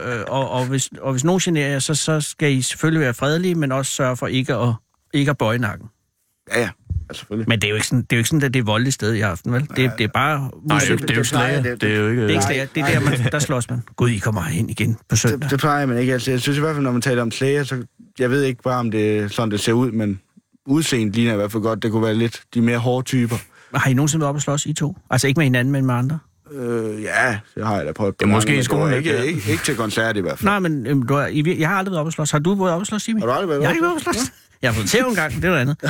S5: Og hvis nogen generer jer, så skal I selvfølgelig være fredelige, men også sørge for ikke at bøje nakken.
S6: Ja. Selvfølgelig.
S5: Men det er jo ikke sådan, at det er voldeligt sted i aften, vel? Det er bare...
S7: Nej, det er jo slager. Det er jo ikke...
S5: Det er ikke slager. Det er der slås man. Gud, I kommer ind igen på søndag.
S6: Det plejer man ikke. Altså, jeg synes i hvert fald, når man taler om slager, så... Jeg ved ikke bare, om det er sådan, det ser ud, men udseendet ligner i hvert fald godt. Det kunne være lidt de mere hårde typer.
S5: Har I nogensinde været oppe og slås, I to? Altså ikke med hinanden, men med andre?
S6: Ja, det har jeg da prøvet.
S7: Det er måske i skolen.
S6: Ikke til koncert i hvert fald.
S5: Nej, men jeg har aldrig været oppe og slås. Har du været oppe og slås, Jimmy?
S6: Har du aldrig været
S5: oppe? Jeg har ikke været oppe og slås. Jeg har fået tæv en gang, det er noget andet.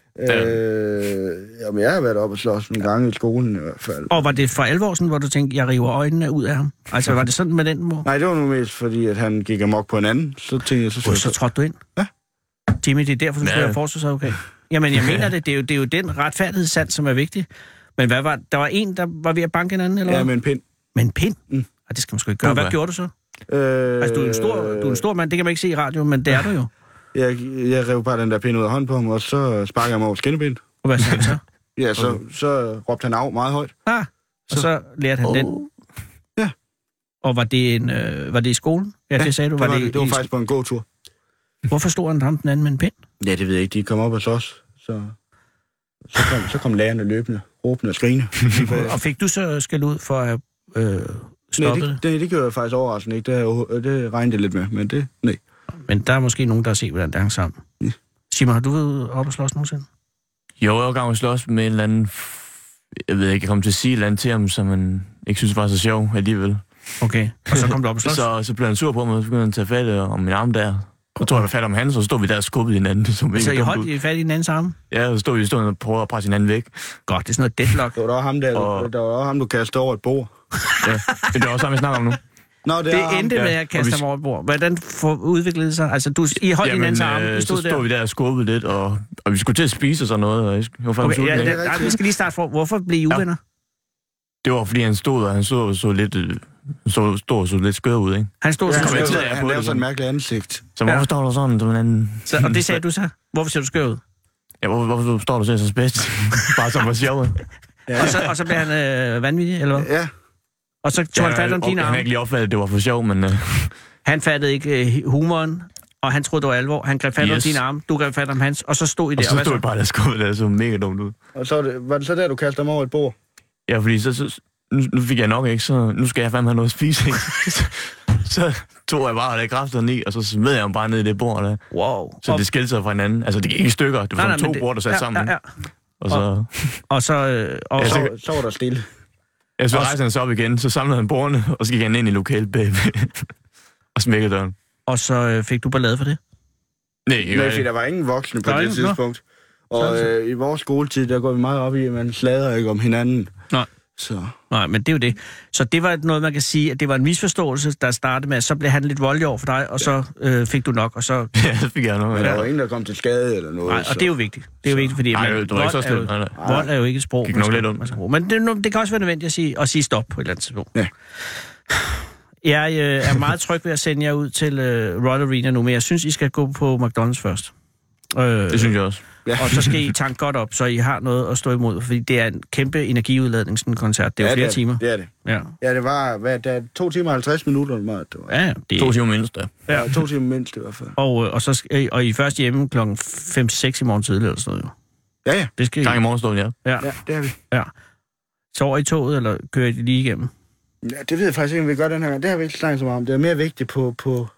S6: Jamen, jeg har været oppe og slås en gang i skolen i hvert fald.
S5: Og var det for alvor sådan, hvor du tænkte, jeg river øjnene ud af ham? Altså, var det sådan med den mor?
S6: Nej, det var nu mest fordi, at han gik amok på en anden. Så tænkte jeg,
S5: så trådte du ind?
S6: Ja.
S5: Jimmy, det er derfor, du skal være forsvarsadvokat. Jamen, jeg mener det er jo den retfærdighedssand, som er vigtig. Men hvad var der var en, der var ved at banke en anden, eller hvad?
S6: Ja, med en pind.
S5: Med en pind? Mm. Det skal man sgu ikke gøre. Hvad gjorde du så? Altså, du er en stor mand, det kan man ikke se i radio, men det er du jo.
S6: Jeg rev bare den der pind ud af hånden på ham, og så sparkede jeg ham over skinnebenet.
S5: Og hvad sagde han så?
S6: Ja, så råbte han af meget højt.
S5: Og så lærte han den.
S6: Ja.
S5: Og var det i skolen? Ja, det sagde du.
S6: Det var faktisk på en gåtur.
S5: Hvorfor stod han ham den anden med en pind?
S6: Ja, det ved jeg ikke. De kom op og slås. Så kom lærerne løbende, råbende og skrigende.
S5: Og fik du så skæld ud for at stoppe det?
S6: Det gjorde jeg faktisk overraskende ikke. Det regnede lidt med, men det... Nej.
S5: Men der er måske nogen, der har set, hvordan det hang sammen. Ja. Simon, har du været op og slås nogensinde?
S7: Jo, jeg var gang med at slås med en eller anden... Jeg ved ikke, jeg kom til at sige et eller andet til ham, som man ikke synes var så sjov alligevel.
S5: Okay, og så kom du op og slås?
S7: Så blev han sur på mig, og så begyndte han at tage fat om min arm der. Jeg tror, jeg var fat om hans, så stod vi der og skubbede hinanden.
S5: Så I holdt I fat i hinandens arme?
S7: Ja, så stod vi og prøvede at presse hinanden væk.
S5: Godt, det er sådan noget deadlock.
S6: Det var ham, der var ham, du kastede over et bord.
S7: Ja, det er også sammen, vi snakker om nu.
S6: Nå,
S5: det endte med at kaste ham over et bord. Hvordan udviklede det sig? Altså, I holdt hinandens arme,
S7: så stod vi der og skubbede lidt, og vi skulle til at spise og sådan noget.
S5: Vi skal lige starte for. Hvorfor blev I uvenner?
S7: Det var, fordi han stod, og han så lidt skør ud, ikke?
S5: Han stod
S6: han lavede sådan en mærkelig ansigt.
S7: Så hvorfor står du sådan?
S5: Og det sagde du så? Hvorfor ser du skør ud?
S7: Ja, hvorfor står du så bedst? Bare som var sjov.
S5: Ja. Og så blev han vanvittig, eller hvad?
S6: Ja.
S5: Og så tog han fat om dine arme.
S7: Han ikke lige opfattet, at det var for sjov, men...
S5: Han fattede ikke humoren, og han troede, det var alvor. Han greb fat om dine arme, du greb fat om hans, og så stod I der.
S7: Og så stod I bare der skubbede, det så mega dumt ud.
S6: Og så var det så der, du kastede ham over et bord?
S7: Ja, fordi nu fik jeg nok ikke, så nu skal jeg fandme have noget at spise, ikke? Så tog jeg bare det kræfterne i, og så smed jeg ham bare ned i det bord der.
S5: Wow.
S7: Så det skilte sig fra hinanden. Altså, det gik ikke i stykker. Det var sådan to bord, der satte sammen. Ja.
S5: Og så
S6: var der stille.
S7: Ja, så rejste han sig op igen, så samlede han bordene, og så gik han ind i lokalet bagved og smækkede døren.
S5: Og så fik du ballade for det?
S6: Nej, fordi der var ingen voksne på det tidspunkt. Og i vores skoletid, der går vi meget op i, at man slader ikke om hinanden.
S5: Nej.
S6: Så.
S5: Nej, men det er jo det. Så det var noget, man kan sige, at det var en misforståelse, der startede med, at så blev han lidt voldelig over for dig, og så fik du nok, og så...
S7: Ja, så fik jeg nok.
S6: Men der var ingen, der kom til skade eller noget.
S5: Nej, og det er jo vigtigt. Det er jo vigtigt, fordi vold er jo ikke et sprog.
S7: Gik nok lidt om.
S5: Men det kan også være nødvendigt at sige stop på et eller andet tidspunkt. Ja. Jeg er meget tryg ved at sende jer ud til Royal Arena nu, men jeg synes, I skal gå på McDonald's først.
S7: Det synes jeg også.
S5: Ja. Og så skal I tanke godt op, så I har noget at stå imod, fordi det er en kæmpe energiudladning, sådan en koncert. Det er jo flere timer.
S6: Det er det. Ja, det var 2 timer og 50 minutter. Eller meget, det var.
S5: Ja, det
S7: 2 timer mindst, da.
S6: Ja, 2 timer mindst i hvert fald.
S5: Og I er først hjemme klokken 5-6 i morgen tidlig, eller sådan noget jo.
S6: Ja.
S5: Det skal
S7: gang i morgenstunden,
S6: ja, det er vi.
S5: Ja. Sover I toget, eller kører I lige igennem?
S6: Ja, det ved jeg faktisk ikke, om vi gør den her gang. Det har vi ikke snakket så meget om. Det er mere vigtigt på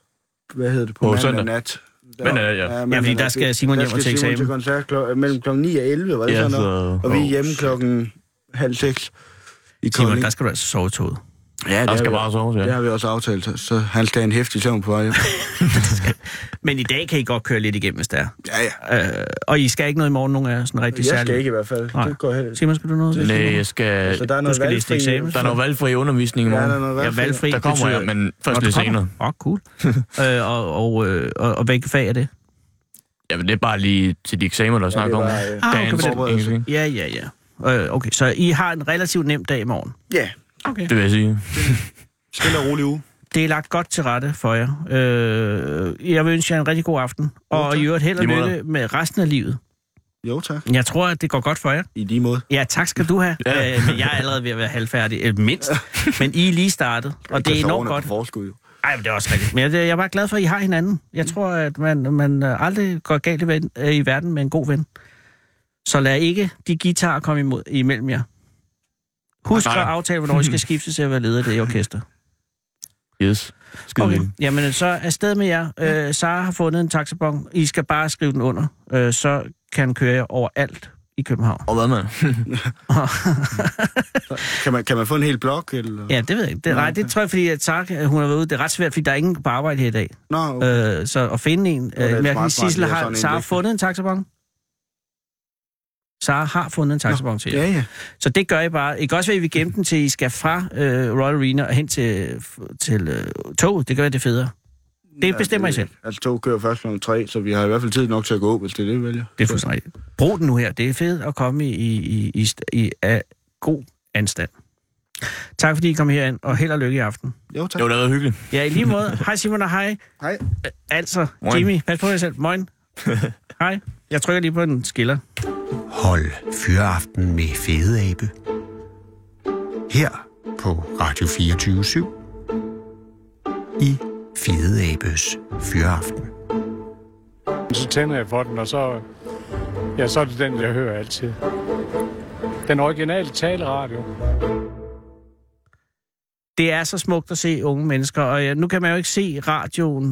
S6: mandag nat.
S5: Fordi der skal Simon hjem og til eksamen.
S6: Til koncert mellem klokken 9 og 11, var det sådan noget? Og vi er hjemme klokken 5:30 i Kolding.
S5: Simon, der skal du altså sove i toget.
S6: Ja,
S7: der skal bare sove, ja.
S6: Det har vi også aftalt, så han skal have en heftig søvn på vej hjem.
S5: Men i dag kan I godt køre lidt igennem, hvis det er.
S6: Ja.
S5: Og I skal ikke noget i morgen, nogen af sådan rigtig særligt?
S6: Jeg skal ikke i hvert fald.
S5: Nej.
S6: Det går helt.
S5: Simon, skal du noget?
S7: Nej, jeg skal...
S6: Altså, der er noget
S5: valgfri eksamen.
S7: Der er noget valgfri undervisning i morgen.
S6: Ja, der er noget
S5: valgfri.
S7: Der kommer jeg, men først lidt senere.
S5: Cool. Og hvilke fag er det?
S7: Jamen, det er bare lige til de eksamener, der snakker om.
S5: Ja. Okay, så I har en relativt nem dag i morgen?
S6: Ja.
S5: Okay.
S7: Det vil jeg sige.
S6: Stille og rolig uge.
S5: Det er lagt godt til rette for jer. Jeg vil ønske jer en rigtig god aften. Og i øvrigt held og lykke med resten af livet.
S6: Jo, tak.
S5: Jeg tror, at det går godt for jer.
S6: I lige måde.
S5: Ja, tak skal du have. Men jeg er allerede ved at være halvfærdig, mindst. Men I er lige startet, og det er enormt godt.
S6: Forskud, jo.
S5: Ej, men det er også rigtigt. Men jeg er bare glad for, at I har hinanden. Jeg tror, at man aldrig går galt i verden med en god ven. Så lad ikke de guitarer komme imellem jer. Husk at aftale, hvornår I skal skifte til at være leder af det orkester.
S7: Yes.
S5: Okay. Jamen, så afsted med jer. Sara har fundet en taxabon. I skal bare skrive den under. Så kan han køre jer overalt i København.
S7: Og hvad man?
S6: kan man få en hel blok? Eller?
S5: Ja, det ved jeg ikke. Det tror jeg, fordi at Sara, hun har været ude. Det er ret svært, fordi der er ingen på arbejde her i dag.
S6: Nå, okay.
S5: Så at finde en... Sissel, har Sara fundet en taxabon? Sara har fundet en taxabon til jer.
S6: Ja.
S5: Så det gør I bare. I kan også være, at I vil gemme den til, I skal fra Royal Arena og hen til toget. Det gør det federe. Det bestemmer I selv.
S6: Altså, toget kører først kl. 3, så vi har i hvert fald tid nok til at gå, hvis det er det, vi vælger.
S5: Det er fuldstændig rigtigt. Brug den nu her. Det er fedt at komme i god anstand. Tak fordi I kom herind, og held og lykke i aften.
S6: Jo, tak.
S7: Jo, det har været hyggeligt.
S5: Ja, i lige måde. Hej Simon og hej.
S6: Hej.
S5: Altså, Jimmy, pas på dig selv. Moin. Hej. Jeg trykker lige på en skiller.
S3: Hold Fyraften med Fede Abe. Her på Radio 24/7 i Fede Abes Fyraften.
S1: Så tænder jeg for den, og så er det den, jeg hører altid. Den originale taleradio.
S5: Det er så smukt at se unge mennesker, og nu kan man jo ikke se radioen,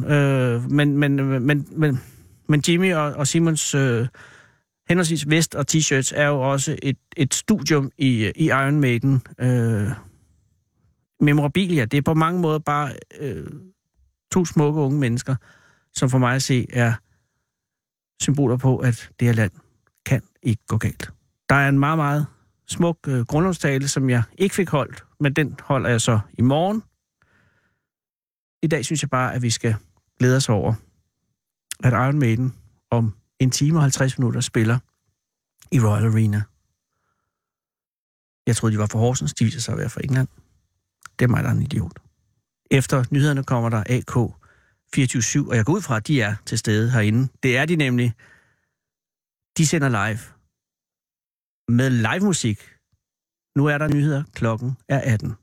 S5: men Jimmy og Simons henholdsvis vest og t-shirts er jo også et studium i Iron Maiden. Memorabilia, det er på mange måder bare 2 smukke unge mennesker, som for mig at se er symboler på, at det her land kan ikke gå galt. Der er en meget, meget smuk grundlovstale, som jeg ikke fik holdt, men den holder jeg så i morgen. i dag synes jeg bare, at vi skal glæde os over, at Iron Maiden om 1 time og 50 minutter spiller i Royal Arena. Jeg troede, de var fra Horsens. De viser sig at være fra England. Det er mig, der er en idiot. Efter nyhederne kommer der AK 24/7, og jeg går ud fra, at de er til stede herinde. Det er de nemlig. De sender live med live musik. Nu er der nyheder. Klokken er 18.